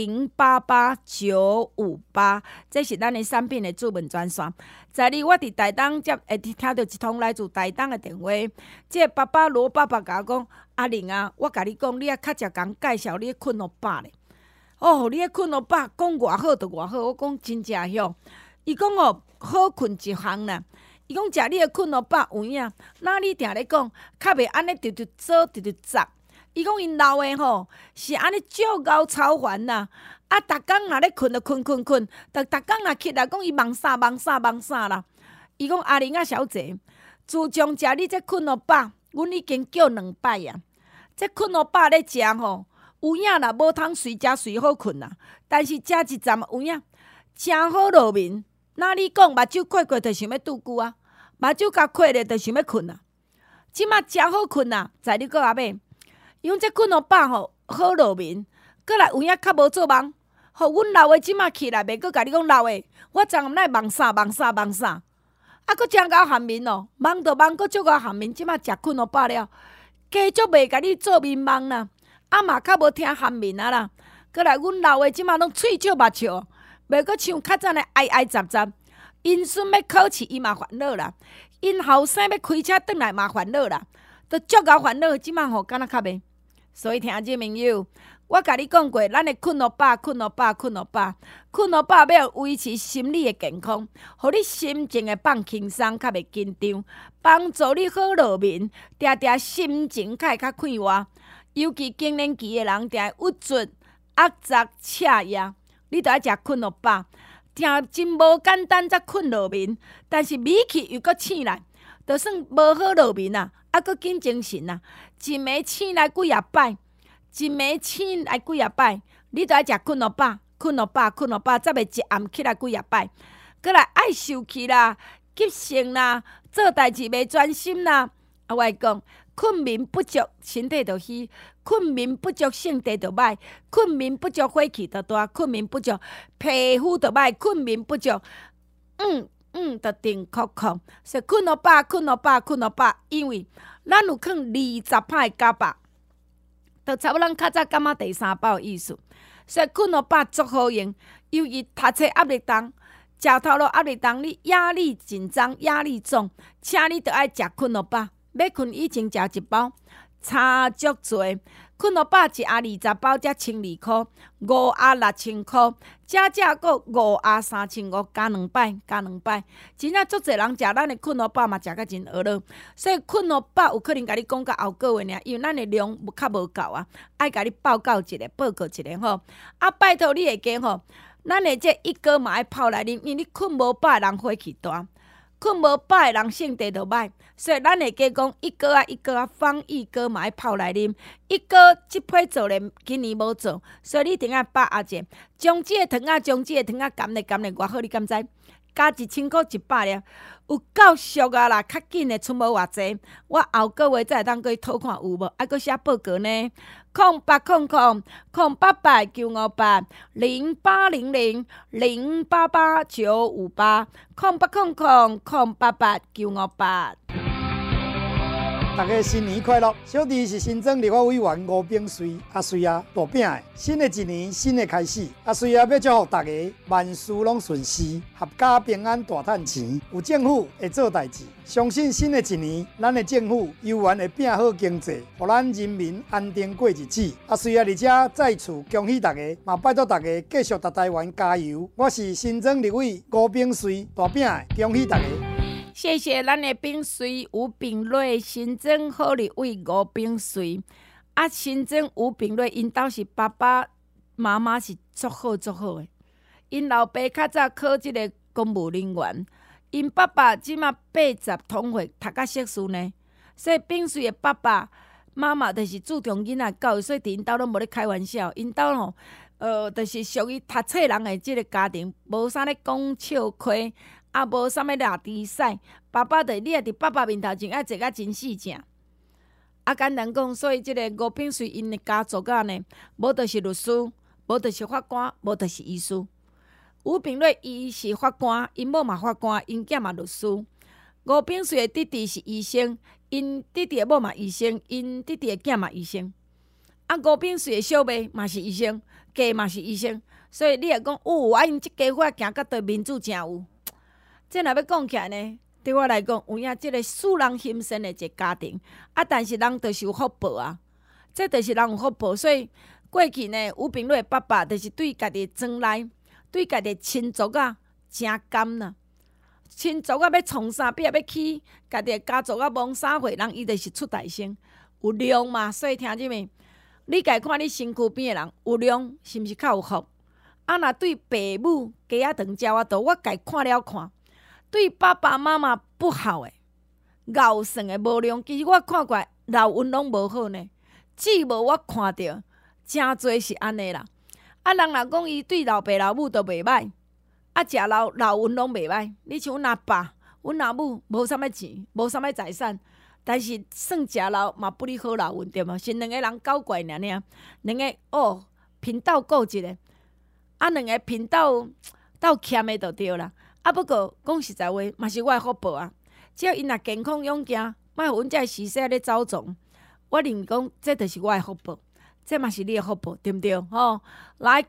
0800088958，这是咱的产品的主文专线。昨日我伫台东会听到一通来自台东的电话，这爸爸罗爸爸甲我讲：阿玲啊，我甲你讲，你啊较食讲介绍你困落饱咧。哦，你困落饱，讲偌好就偌好。我讲真正哟。伊讲哦，好困一项啦。伊讲食你的困落饱有影，那你定咧讲，较袂安尼直直做直直砸。伊讲因老的吼是安尼照熬操烦啦。逐工若咧困就困，逐工若起来讲伊忙啥啦。伊讲阿玲啊小姐，自从食你这困落饱，阮已经叫2摆啊。这困落饱咧食吼。有影啦，无通随食随好困啦。但是食一站有影，真好落眠。那你讲目睭开开，就想要拄久啊；目睭甲开咧，就想要困啊。即马真好困啊，在你搁后尾，因为这困落饱吼，好落眠。过来有影较无做梦，互阮老的即马起来，袂搁甲你讲老的，我昨暗来梦啥。搁真够寒眠哦，梦就梦，搁足够寒眠。即马食困落饱了，继续袂甲你做眠梦啦。嘛较无听寒眠啊啦，过来阮老的即马拢喙笑目笑，袂阁像较早的哀哀杂杂。因孙要考试，伊嘛烦恼啦；因后生要开车转来嘛烦恼啦，都足够烦恼。即马吼敢若较袂。所以听众朋友，我甲你讲过，咱的困落饱要维持心理的健康，互你心情会放轻松，较袂紧张，帮助你好落眠，定心情较会较快活。尤其更年期的人，定会郁卒、压杂、赤夜，你着爱食困落饱，听真无简单才困落眠，但是米气又搁醒来，就算无好落眠啊， 佫紧精神啊，一暝醒来几啊摆，一暝醒来几啊摆，你著爱食困落饱，困落饱，困落饱，则袂一暗起来几啊摆，过来爱受气啦，急性啦，做代志袂专心啦。我会讲，困眠不足，身体就虚；困眠不足，性地就歹；困眠不足，火气就大；困眠不足，皮肤就歹；困眠不足，就定哭哭。所以困落饱，困落饱，困落饱，因为咱有囥20拍的甲饱，就差不多咱较早感觉第3饱的意思。所以困落饱足好用，由于读册压力重。食头路压力重，你压力紧张、压力重，请你着爱食困落饱。要困以前食1包，差足侪。困落饱1盒20包才1200块，5盒6000块，加佫5盒3500，加2摆，加2摆。真正足侪人食咱的困落饱嘛，食甲真饿咯。所以困落饱有可能甲你讲到后个月尔，因为咱的量较无够啊，爱甲你报告一下，报告一下吼。啊，拜托你会记吼。咱的这一哥嘛爱泡来啉，因为你困无饱的人火气大，困无饱的人性地就歹，所以咱会加讲一哥啊，方一哥嘛爱泡来啉。一哥即批做咧，今年无做，所以你一定要把握者，将即个糖啊，含咧偌好，你敢知？加1000块1百粒，有够俗啊啦！较紧的出无偌济，我后个月再当去讨看有无，还佫写报告呢。0800-088-958，0888-958。 大家新年快乐！小弟是新庄立法委员吴炳瑞，阿瑞啊，大饼的。新的一年，新的开始，阿瑞啊要祝福大家万事拢顺遂，合家平安大赚钱。有政府会做代志，相信新的一年，咱的政府悠然会拼好经济，互咱人民安定过日子。阿瑞啊，伫遮再次恭喜大家，嘛拜托大家继续搭台湾加油。我是新庄立委吴炳瑞，大饼的，恭喜大家。 谢谢咱的炳瑞吴炳瑞，新庄好立委吴炳瑞。啊，新庄吴炳瑞，因兜是爸爸妈妈是足好足好的。因老爸较早考即个公务人员，因爸爸即马80通岁，读到硕士呢。所以炳瑞的爸爸妈妈就是注重囡仔教育，所以伫因兜拢无咧开玩笑。因兜吼，就是属于读册人的即个家庭，无啥咧讲笑亏。啊，无啥物拉低赛，爸爸你也伫爸爸面头前爱坐甲真细正。啊，简单讲，所以即个吴炳瑞因的家族啊呢，无就是律师，无就是法官，无就是医师。吴炳瑞伊是法官，因某嘛法官，因囝嘛律师。吴炳瑞的弟弟是医生，因弟弟的某嘛医生，因弟弟的囝嘛医生。啊，吴炳瑞的小妹嘛是医生，家嘛是医生，所以你会讲，啊，因即家伙行到对民主真有。这若要讲起来呢，对我来讲，有影即个使人心声的一个家庭啊，但是人就是有福报啊，这就是人有福报。所以过去呢，吴炳瑞的爸爸就是对家己庄内、对家己亲族啊，真甘呐。亲族啊要创啥，比如要去家己的家族啊忙啥货，人伊就是出大声，有量嘛。所以听姐妹，你家看你身躯边的人有量，是毋是较有福？啊，若对爸母鸡仔肠鸟仔肚，我家看了看。对爸爸妈妈不好诶，孝顺诶无量，其实我看过老运拢无好呢。只无我看到真侪是安尼啦。啊，人若讲伊对老爸老母都袂歹，啊，食老运拢袂歹。你像阮阿爸、阮阿母无啥物钱，无啥物财产，但是算食老嘛不离好老运对吗？是两个人搞怪尔，两个频道顾一个，啊，两个频道斗欠诶就对啦。啊，不过讲实在话，嘛是我的福报啊！只要因若健康勇行，莫互阮遮时势咧走总，我认为讲这就是我的福报，这嘛是你的福报，对毋对？吼，来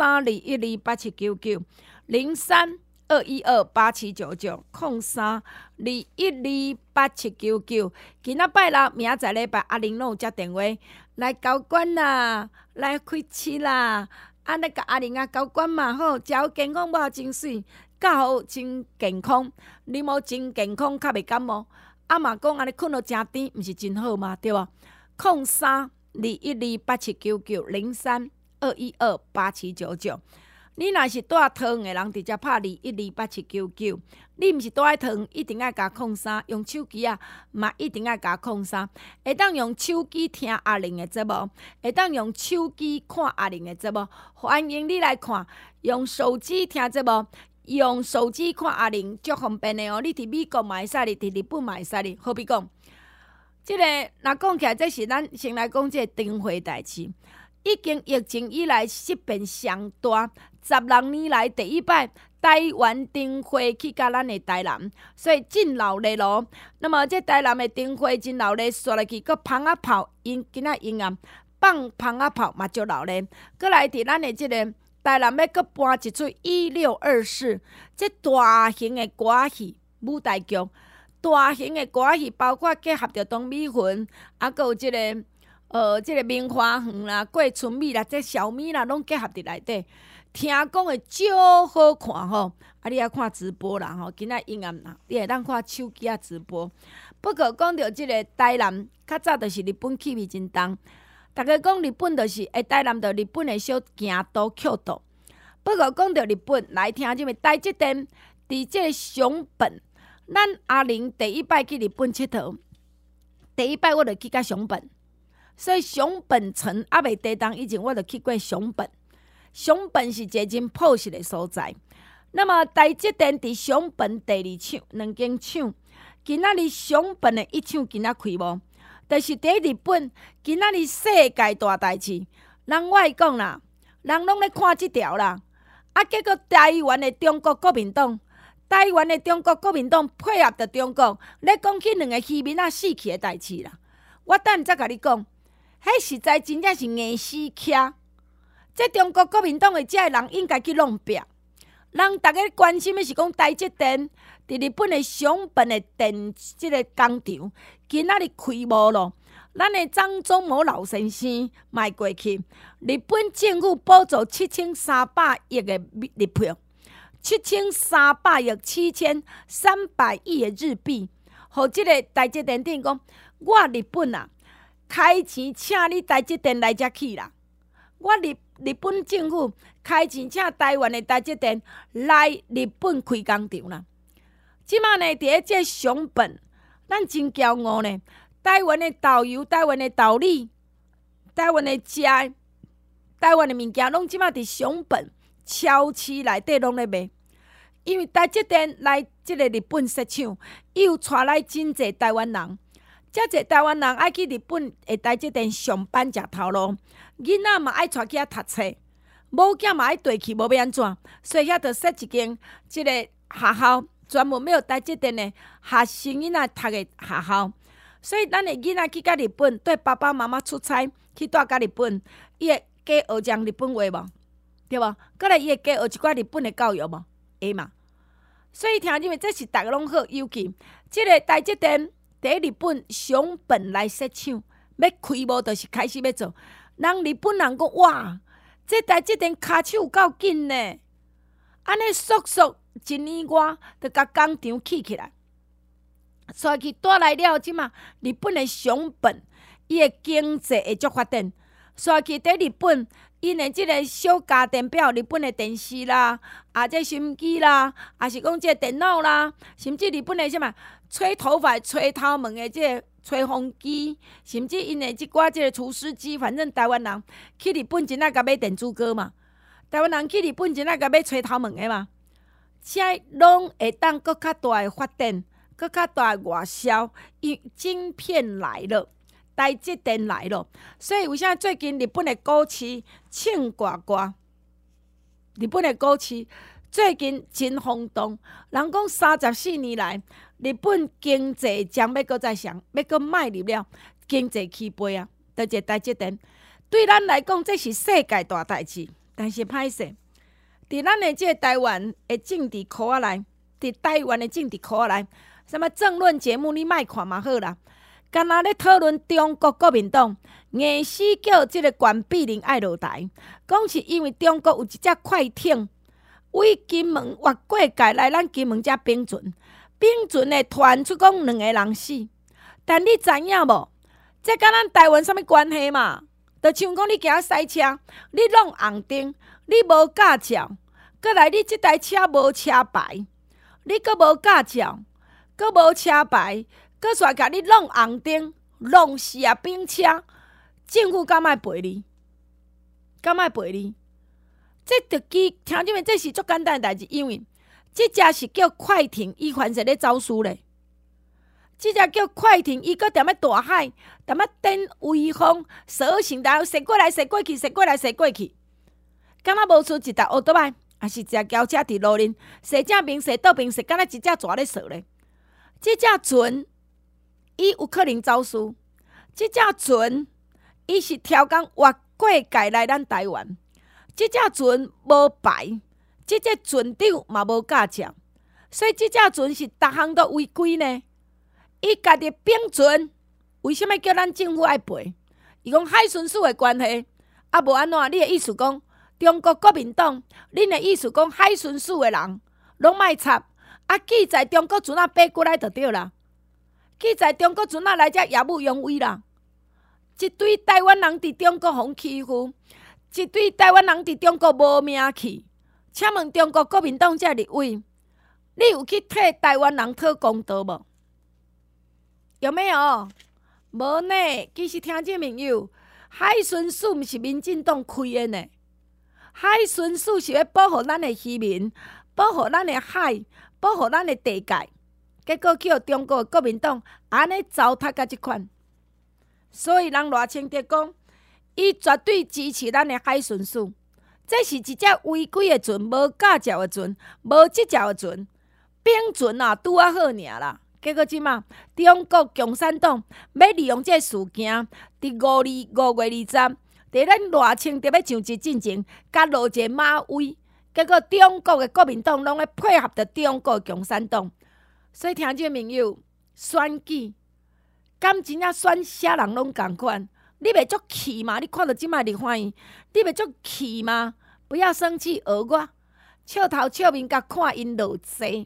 032128799032128799，0321287999。今仔拜六，明仔载礼拜阿玲拢有接电话来交管啦，来开市啦。啊，那甲阿玲啊交管嘛好，食好健康，无真水。较好真健康，你无真健康，较袂感冒。啊嘛讲安尼困到真甜，毋是真好吗？对无？0321287999，0321287999。 你若是带糖的人，直接拍21287799。你毋是带糖，一定要加03，用手机啊，嘛一定要加03。会当用手机听阿玲的节目，会当用手机看阿玲的节目。欢迎你来看，用手机听节目，用手机看阿玲，足方便的哦。你伫美国嘛会使哩，伫日本嘛会使哩。好比讲，即个若讲起来，这是咱先来讲即个灯会代志。已经疫情以来失变上大，16年来第一摆台湾灯会去甲咱的台南，所以真热烈咯。那么这台南的灯会真热烈，刷来去搁放啊炮，因今仔阴暗放放啊炮嘛足热烈。搁来伫咱的即个台南要搁搬一出1624，这大型的歌戏舞台剧，大型的歌戏包括结合着东美魂，啊，搁有即个。即个棉花园啦、过春米啦、这小米啦，拢结合伫内底。听讲会足好看吼，啊，你也看直播啦吼，今仔阴暗啦，你会当看手机啊直播。不过讲到即个台南，较早就是日本气味真重。逐个讲日本就是台南着日本的小京都、京都。不过讲到日本，来听即个台积电伫即个熊本，咱阿玲第一摆去日本佚佗，第一摆我就去甲熊本。所以熊本城还未地动以前，我就去过熊本。熊本是一个真朴实的所在。那么台积电伫熊本第2厂，2间厂，今仔日熊本的1厂今仔开无？就是伫日本，今仔日世界大代志，人我会讲啦，人拢咧看即条啦。啊，结果台湾的中国国民党，台湾的中国国民党配合着中国，咧讲起2个渔民仔死去的代志啦。我等再甲你讲。迄实在真正是硬死徛，这中国国民党的这人应该去弄壁。人逐个关心的是讲台积电伫日本的熊本的电即个工厂，今仔日开无咯。咱的张忠谋老先生卖过去，日本政府补助7300亿的日票，7300亿7300亿的日币，互即个台积电等于讲，我日本啊。开钱请你台积电来遮去啦！我日本政府开钱请台湾的台积电来日本开工厂啦。即马呢，伫即熊本，咱真骄傲呢。台湾的豆油、台湾的豆米、台湾的食、台湾的物件，拢即马伫熊本超市内底拢咧卖。因为台积电来即个日本设厂，又带来真侪台湾人。遮侪台湾人爱去日本的台积电上班食头路，囡仔嘛爱带去遐读册，某囝嘛爱对去，无要安怎？所以遐着设一间即个学校，专门要台积电的学生囡仔读的学校。所以咱的囡仔去甲日本，对爸爸妈妈出差去带甲日本，伊会加学讲日本话无？对无？过来伊会加学一寡日本的教育无？会嘛？所以听入面，这是逐个拢好，尤其即个台积电。伫日本熊本来设厂，要开无就是开始要做。人日本人讲哇，这台积电骹手有够紧呢，安尼速速1年外就甲工厂起起来，所以带来了即嘛日本的熊本，伊的经济会足发展。所以伫日本，因的即个小家电表，日本的电视啦，这收音机啦，是讲即个电脑啦，甚至日本的什么？吹头发、吹头毛的这个吹风机，甚至因的即寡即个除湿机，反正台湾人去日本真爱甲买电子锅嘛，台湾人去日本真爱甲买吹头毛的嘛，这拢会当搁较大的发展，搁较大的外销，因晶片来了，台积电来了，所以为啥最近日本的股市冲呱呱？日本的股市最近真轰动，人讲34年来。日本经济将要搁再上，要搁迈入了经济起飞啊！就一个台积电，对咱来讲，这是世界大代志。但是歹势，伫咱的这个台湾的政治课仔内，伫台湾的政治课仔内，什么政论节目你莫看嘛好啦，干那咧讨论中国国民党硬死叫这个关闭令爱落台，讲是因为中国有一只快艇为金门越过界来咱金门遮冰船。冰船的传出讲2个人死，但你知影无？这甲咱台湾啥物关系嘛？就像讲你行赛车，你弄红灯，你无驾照， 过来你即台车无车牌，你阁无驾照，阁无车牌，阁煞甲你弄红灯，弄死啊冰车，政府敢爱赔你？敢爱赔你？这听众们，这是足简单的代志，因为这只是叫快艇，伊凡是咧走私咧。这只叫快艇，伊搁踮咧大海，踮咧等微风，蛇形然后驶过来，驶过去，驶过来，驶过去。敢若无出一台奥多麦，还是一只轿车伫路面，驶正边，驶倒边，驶敢若一只蛇咧驶咧。这只船，伊有可能走私。这只船，伊是超工越过界来咱台湾。这只船无牌，这只船长嘛无驾照，所以这只船是逐项都违规呢。伊家己并船，为什么叫咱政府爱赔？伊讲海巡署的关系，啊无安怎？你的意思讲，中国国民党，恁的意思讲海巡署的人拢莫插，啊记载中国船爬过来就对啦，记载中国船来遮耀武扬威啦，一堆台湾人伫中国互欺负。一堆台湾人伫中国无名气，请问中国国民党这立委，你有去替台湾人讨公道无？有没有？无呢。其实听众朋友，海巡署毋是民进党开的呢，海巡署是要保护咱的渔民，保护咱的海，保护咱的地界。结果叫中国国民党安尼糟蹋甲即款，所以人赖清德讲。伊绝对支持咱的海巡署，这是一只违规的船，无驾照的船，无执照的船，并船啊，拄啊好尔啦。结果即马，中国共产党要利用这事件，伫5月20，伫咱赖清德要上职进前，甲落一个马威。结果中国的国民党拢咧配合着中国共产党，所以听众朋友，选举敢真正选啥人拢共款。你袂足气吗？你看到即摆立法院，你袂足气吗？不要生气，学我，笑头笑面，甲看因落座。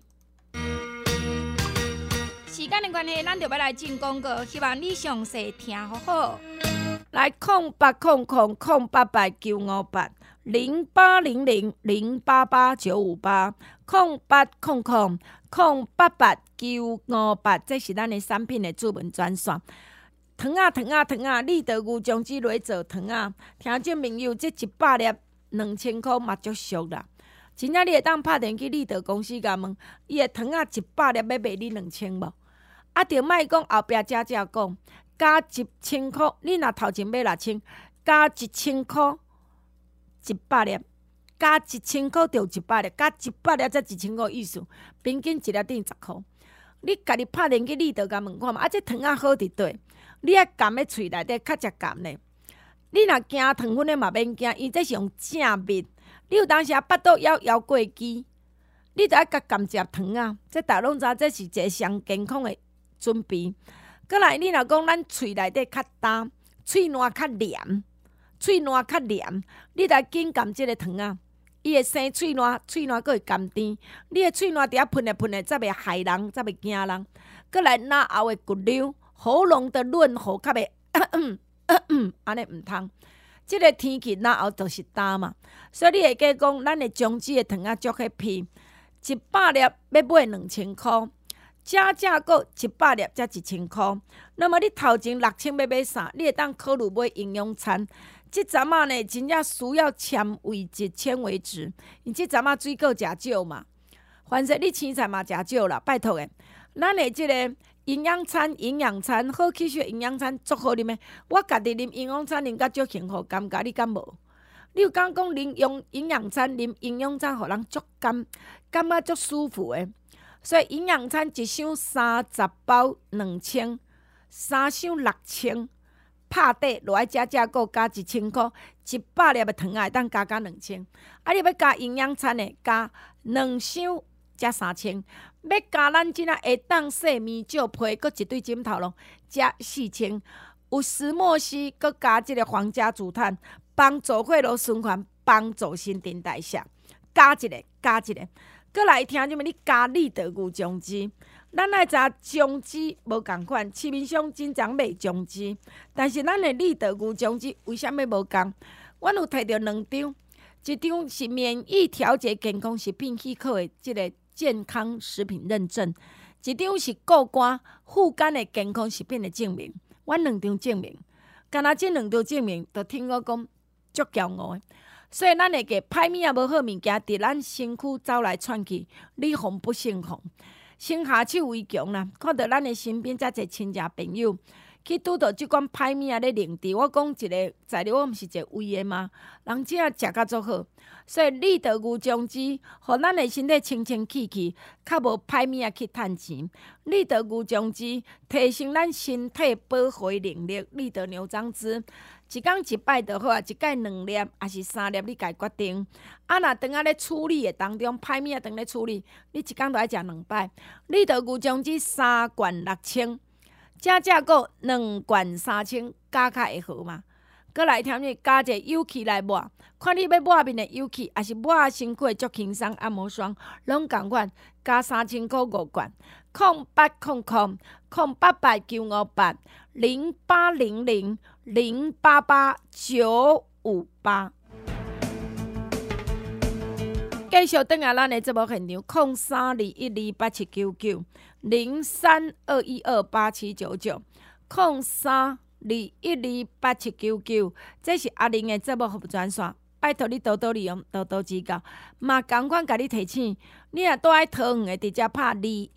时间的关系，咱就要来进广告，希望你详细听好好。来080008895808889580889898，这是咱的产品的主文专线。糖啊！立德牛种子来做糖啊！听众朋友，这100粒2000块嘛足俗啦！真正你会当拍电去立德公司甲问，伊的糖啊100粒要卖你2000无？啊，着莫讲后壁加讲，加1000块，你若头前买6000，加1000块100粒，加1000块着100粒，加100粒才1000块意思，平均一粒顶10块。你家己拍电去立德甲问看嘛，啊，这糖啊好伫倒？你爱含咧喙内底较食含咧，你若惊糖分咧嘛免惊，伊这是用正蜜。你有当时巴肚枵过期，你着爱甲含食糖啊。这大拢知，这是一个上健康的准备。过来，你若讲咱喙内底较干，喙烂较黏，你着紧含即个糖啊。伊会生喙烂，佫会甘甜。你的喙烂伫遐喷咧，才袂害人，才袂惊人。过来，那后的骨瘤。喉咙的润喉较袂安尼毋通，即个天气那后就是干嘛，所以你会记讲，咱的种子的糖啊足迄片，100粒要买2000块，正个100粒才1000块。那么你头前6000要买啥？你会当考虑买营养餐。即阵仔呢，真正需要纤维质、纤维质，因即阵仔水果食少嘛，凡是你青菜嘛食少啦，拜托诶，咱的即个。营养餐，好吸收营养餐足好啉诶。我家己啉营养餐啉甲足幸福，感觉你敢无？你有讲啉用营养餐，啉营养餐，互人足感觉足舒服诶。所以营养餐一箱30包2000，3箱6000，拍底落来加购加1000块，100粒的糖啊会当加2000。啊，你要加营养餐诶，加2箱加3000。要加咱即仔会当洗面罩被，搁一对枕头咯，加4000。有石墨烯，搁加即个皇家竹炭，帮助血路循环，帮助新陈代谢。加一个。搁来听什么？你加立德牛种子，咱爱知种子无共款，市面上真常卖种子，但是咱的立德牛种子为虾米无共？阮有摕到2张， 一张是免疫调节健康食品许可的即个健康食品认证，一张是过关护肝的健康食品的证明。阮2张证明，干那即2张证明，就听我讲足骄傲的。所以咱会记歹物啊无好物件伫咱身躯走来窜去，你防不胜防。先下手为强啦！看到咱的身边遮侪亲戚朋友去拄到即款歹物啊咧凌迟，我讲一个材料，我毋是一个胃的吗？人真正食甲足好，所以立德牛浆汁，互咱的身体清清气气，较无歹物啊去趁钱。立德牛浆汁提升咱身体保护的能力，立德牛樟汁。一天1摆就好啊，一摆2粒，还是3粒，你家决定。啊，若当啊咧处理的当中，歹物啊当咧处理，你一天就爱食2摆。立德牛浆汁3罐6000，正个2罐3000，加较会好嘛？搁来添你加一个油漆来抹，看你要抹面的油漆，还是抹身躯的足轻松按摩霜，拢共款，加3000块5罐。0800-0800-0888-088-958。继续转来咱的节目现场，032128799032128799，0321287990，这是阿玲的节目服务专线。拜托你多多利用，多多指教。嘛，同款甲你提醒，你若住在桃园的，直接拍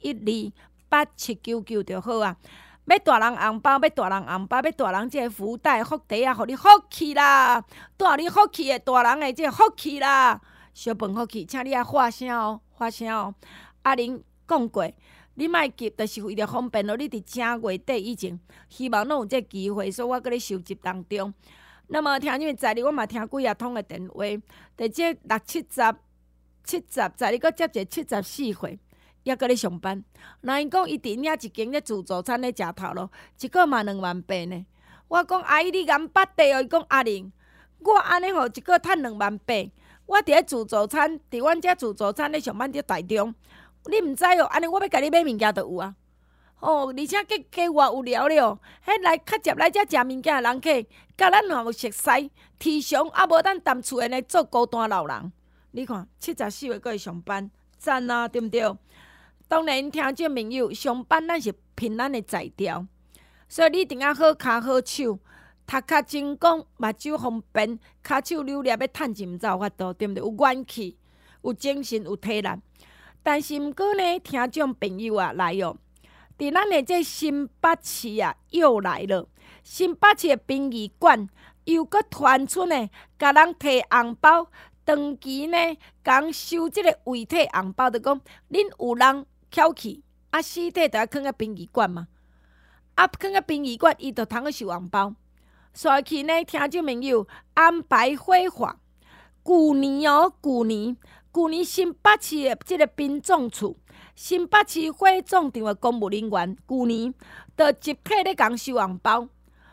2128799就好啊。要大人红包，要大人红包，要大人这个福袋、福袋啊，互你福气啦！带你福气的大人的这个福气啦，小饭福气，请你啊发声哦，发声哦。阿玲讲过，你莫急，就是为了方便咯。你伫正月底以前，希望拢有这机会，所以我搁咧收集当中。那么听你在哩，我嘛听几啊通的电话，伫这70在哩，搁接一个74岁，也搁咧上班。那因讲伊伫遐一间咧自助餐咧食头路，一个嘛28000呢。我讲阿姨，你眼捌地哦？伊讲阿玲，我安尼吼一个趁28000，我伫咧自助餐，伫阮遮自助餐咧上班伫台中，你毋知哦？安尼我要甲你买物件就有啊。哦，而且加偌有聊了，迄来较接来遮食物件的人客，甲咱若有熟悉，提倡啊无咱踮厝的做孤单老人。你看74岁搁会上班，赞啊，对毋对？当然，听众朋友上班咱是凭咱的才调，所以你一定要好骹好手，头壳精光，目睭方便，骹手溜达要趁钱毋才有法度，对毋对？有元气，有精神，有体力。但是毋过呢，听众朋友啊，来哦。伫咱的这新北市啊，又来了。新北市的殡仪馆又搁传出呢，甲人摕红包，长期呢，讲收即个遗体红包，就讲恁有人翘去，啊，尸体就要囥喺殡仪馆嘛。啊，囥喺殡仪馆，伊就通去收红包。所以去呢，听众朋友安排火化。旧年新北市的即个殡葬处。新北市火葬场的公务人员，旧年就集体咧共收红包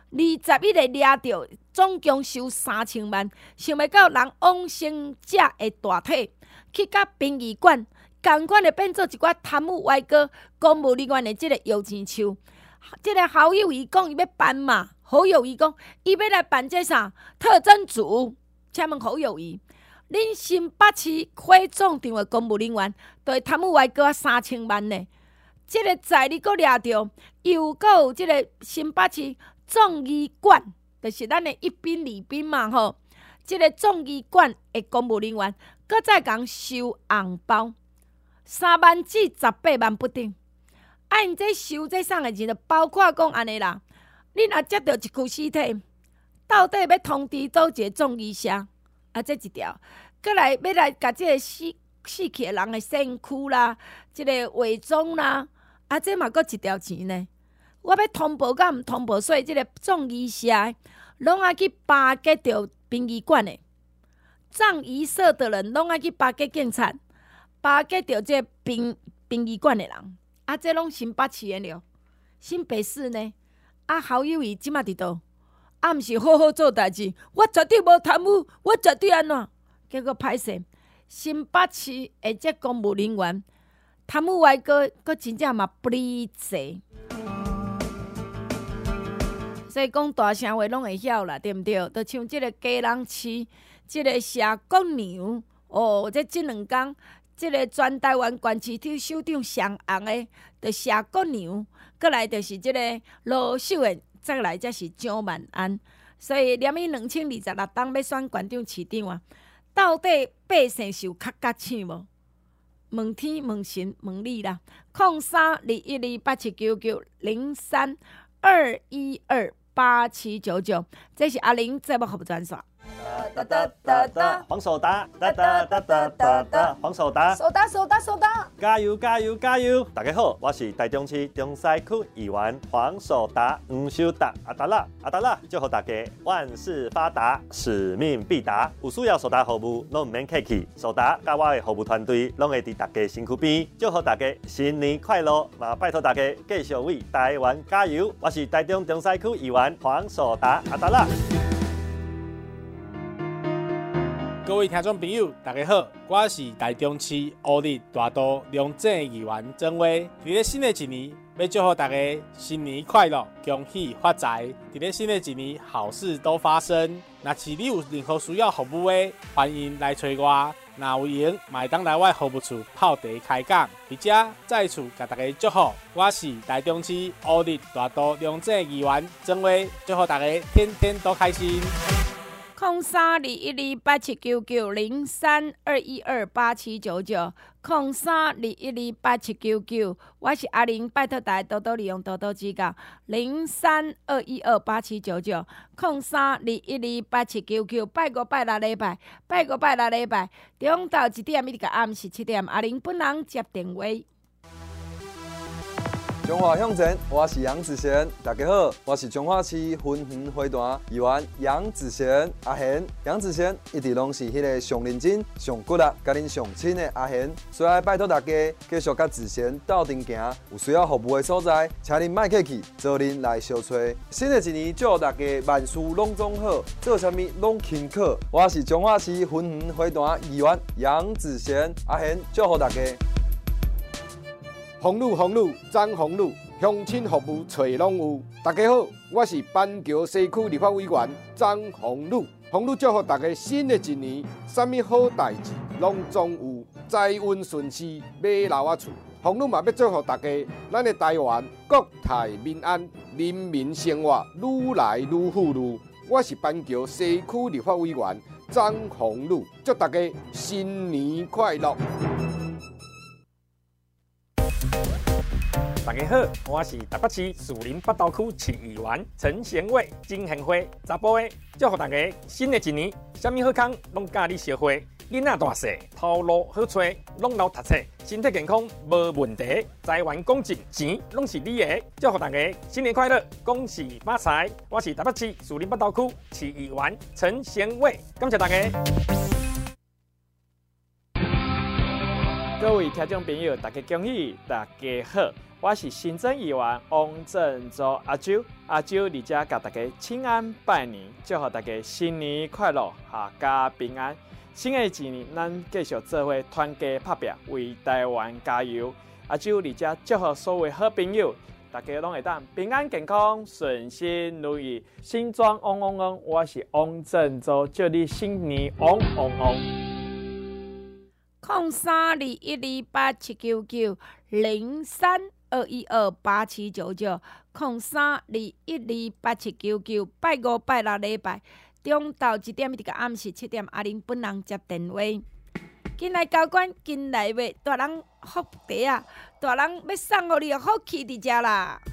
，21个掠着，总共收3000万。想袂到人往生者的大体，去甲殡仪馆，共款的变做一寡贪污歪哥公务人员的即个摇钱树。即个好友伊讲伊要办嘛，好友伊讲伊要来办这啥特征组，请问好友伊。恁新北市火葬场的公务人员，就会贪污外国3000万呢。即个财你阁掠着，又阁有即个新北市葬仪馆，就是咱的一殡二殡嘛吼。即个葬仪馆的公务人员，阁再共收红包，3万至18万不等。啊，因这收这送的钱，就包括讲安尼啦。你若接到一具尸体，到底要通知倒一个葬仪社？啊，这一条，过来要来甲即个死去的人的身躯啦，即个伪装啦，啊，这嘛阁一条钱呢。我要通报甲毋通报，所以即个葬仪社拢爱去巴结着殡仪馆的葬仪社的人，拢爱去巴结警察，巴结着即个殡仪馆的人。啊，这拢新北市的了，新北市呢？啊，好友伊即马伫倒？啊，毋是好好做代志，我绝对无贪污，我绝对安怎？结果歹势，新北市的这公务人员贪污外国，佫真正嘛不理济。所以讲大声话拢会晓啦，对毋对？就像即个家人市， 即个社国娘哦，即两天，即个全台湾县市体首长上红的，着社国娘，过来就是即个罗秀燕，再来才是蒋万安。所以连伊2026当要选县长、市长啊，到底百姓是有较觉醒无？问天、问神、问你啦！032187990321287799，这是阿玲节目服务专线。 哒哒哒哒，黄手达，哒哒哒哒哒哒，黄手达， 手打手打手打， 加油加油加油！大家好，我是台中市中西区议员黄手达，黄手达阿达啦，祝福大家万事发达，使命必达。有需要手达服务，拢唔免客气，手达甲我的服务团队拢会伫大家身躯边，祝福大家新年快乐！那拜托大家继续为台湾加油！我是台中中西区议员黄手达阿达啦。 各位听众朋友，大家好，我是台中市乌日大都龙井议员曾威。伫咧新的一年，要祝福大家新年快乐，恭喜发财。伫咧新的一年，好事都发生。若是你有任何需要服务的，欢迎来找我。若有闲，嘛会当来我服务处泡茶开讲。伫遮再次甲大家祝福，我是台中市乌日大都龙井议员曾威，祝福大家天天都开心。 032128799032128799，0321287990，我是阿玲，拜托大家多多利用，多多指教。0321287990，0321287990，拜5拜6礼拜，拜5拜6礼拜，中昼1点一直到暗时7点，阿玲本人接电话。 中华向前，我是杨子贤，大家好，我是中华市分园花坛议员杨子贤阿贤。杨子贤一直拢是迄个上认真、上骨力、甲恁上亲的阿贤，所以拜托大家继续甲子贤斗阵行，有需要服务的所在，请恁莫客气，找恁来相找。新的一年，祝大家万事拢总好，做啥物拢轻巧。我是中华市分园花坛议员杨子贤阿贤，祝福大家。 红路张红路，乡亲服务找拢有。大家好，我是板桥西区立法委员张红路。红路祝福大家新的一年，啥物好代志拢总有，财运顺遂，买楼啊厝。红路嘛要祝福大家，咱的台湾国泰民安，人民生活愈来愈富裕。我是板桥西区立法委员张红路，祝大家新年快乐。 大家好，我是台北市树林北投区市议员陈贤伟、金贤辉，查甫的，祝福大家新的一年，啥物好康拢甲你相会，囡仔大细，头路好找，拢留读册，身体健康无问题，财源广进，钱拢是你的，祝福大家新年快乐，恭喜发财！我是台北市树林北投区市议员陈贤伟，感谢大家。各位听众朋友，大家恭喜，大家好。我是新增议员王振洲阿周，阿周伫遮甲大家请安拜年，祝福大家新年快乐，阖家平安。新的一年，咱继续做伙团结拍拼，为台湾加油。阿周伫遮祝福所有好朋友，大家拢会当平安健康、顺心如意，新装旺旺旺。我是王振洲，祝你新年旺旺旺。 0321287990，0321287990，拜5拜6礼拜，中昼1点一直到暗时7点，阿玲本人接电话。紧来交管，紧来买，大人福茶啊！大人要送互你的福气伫遮啦。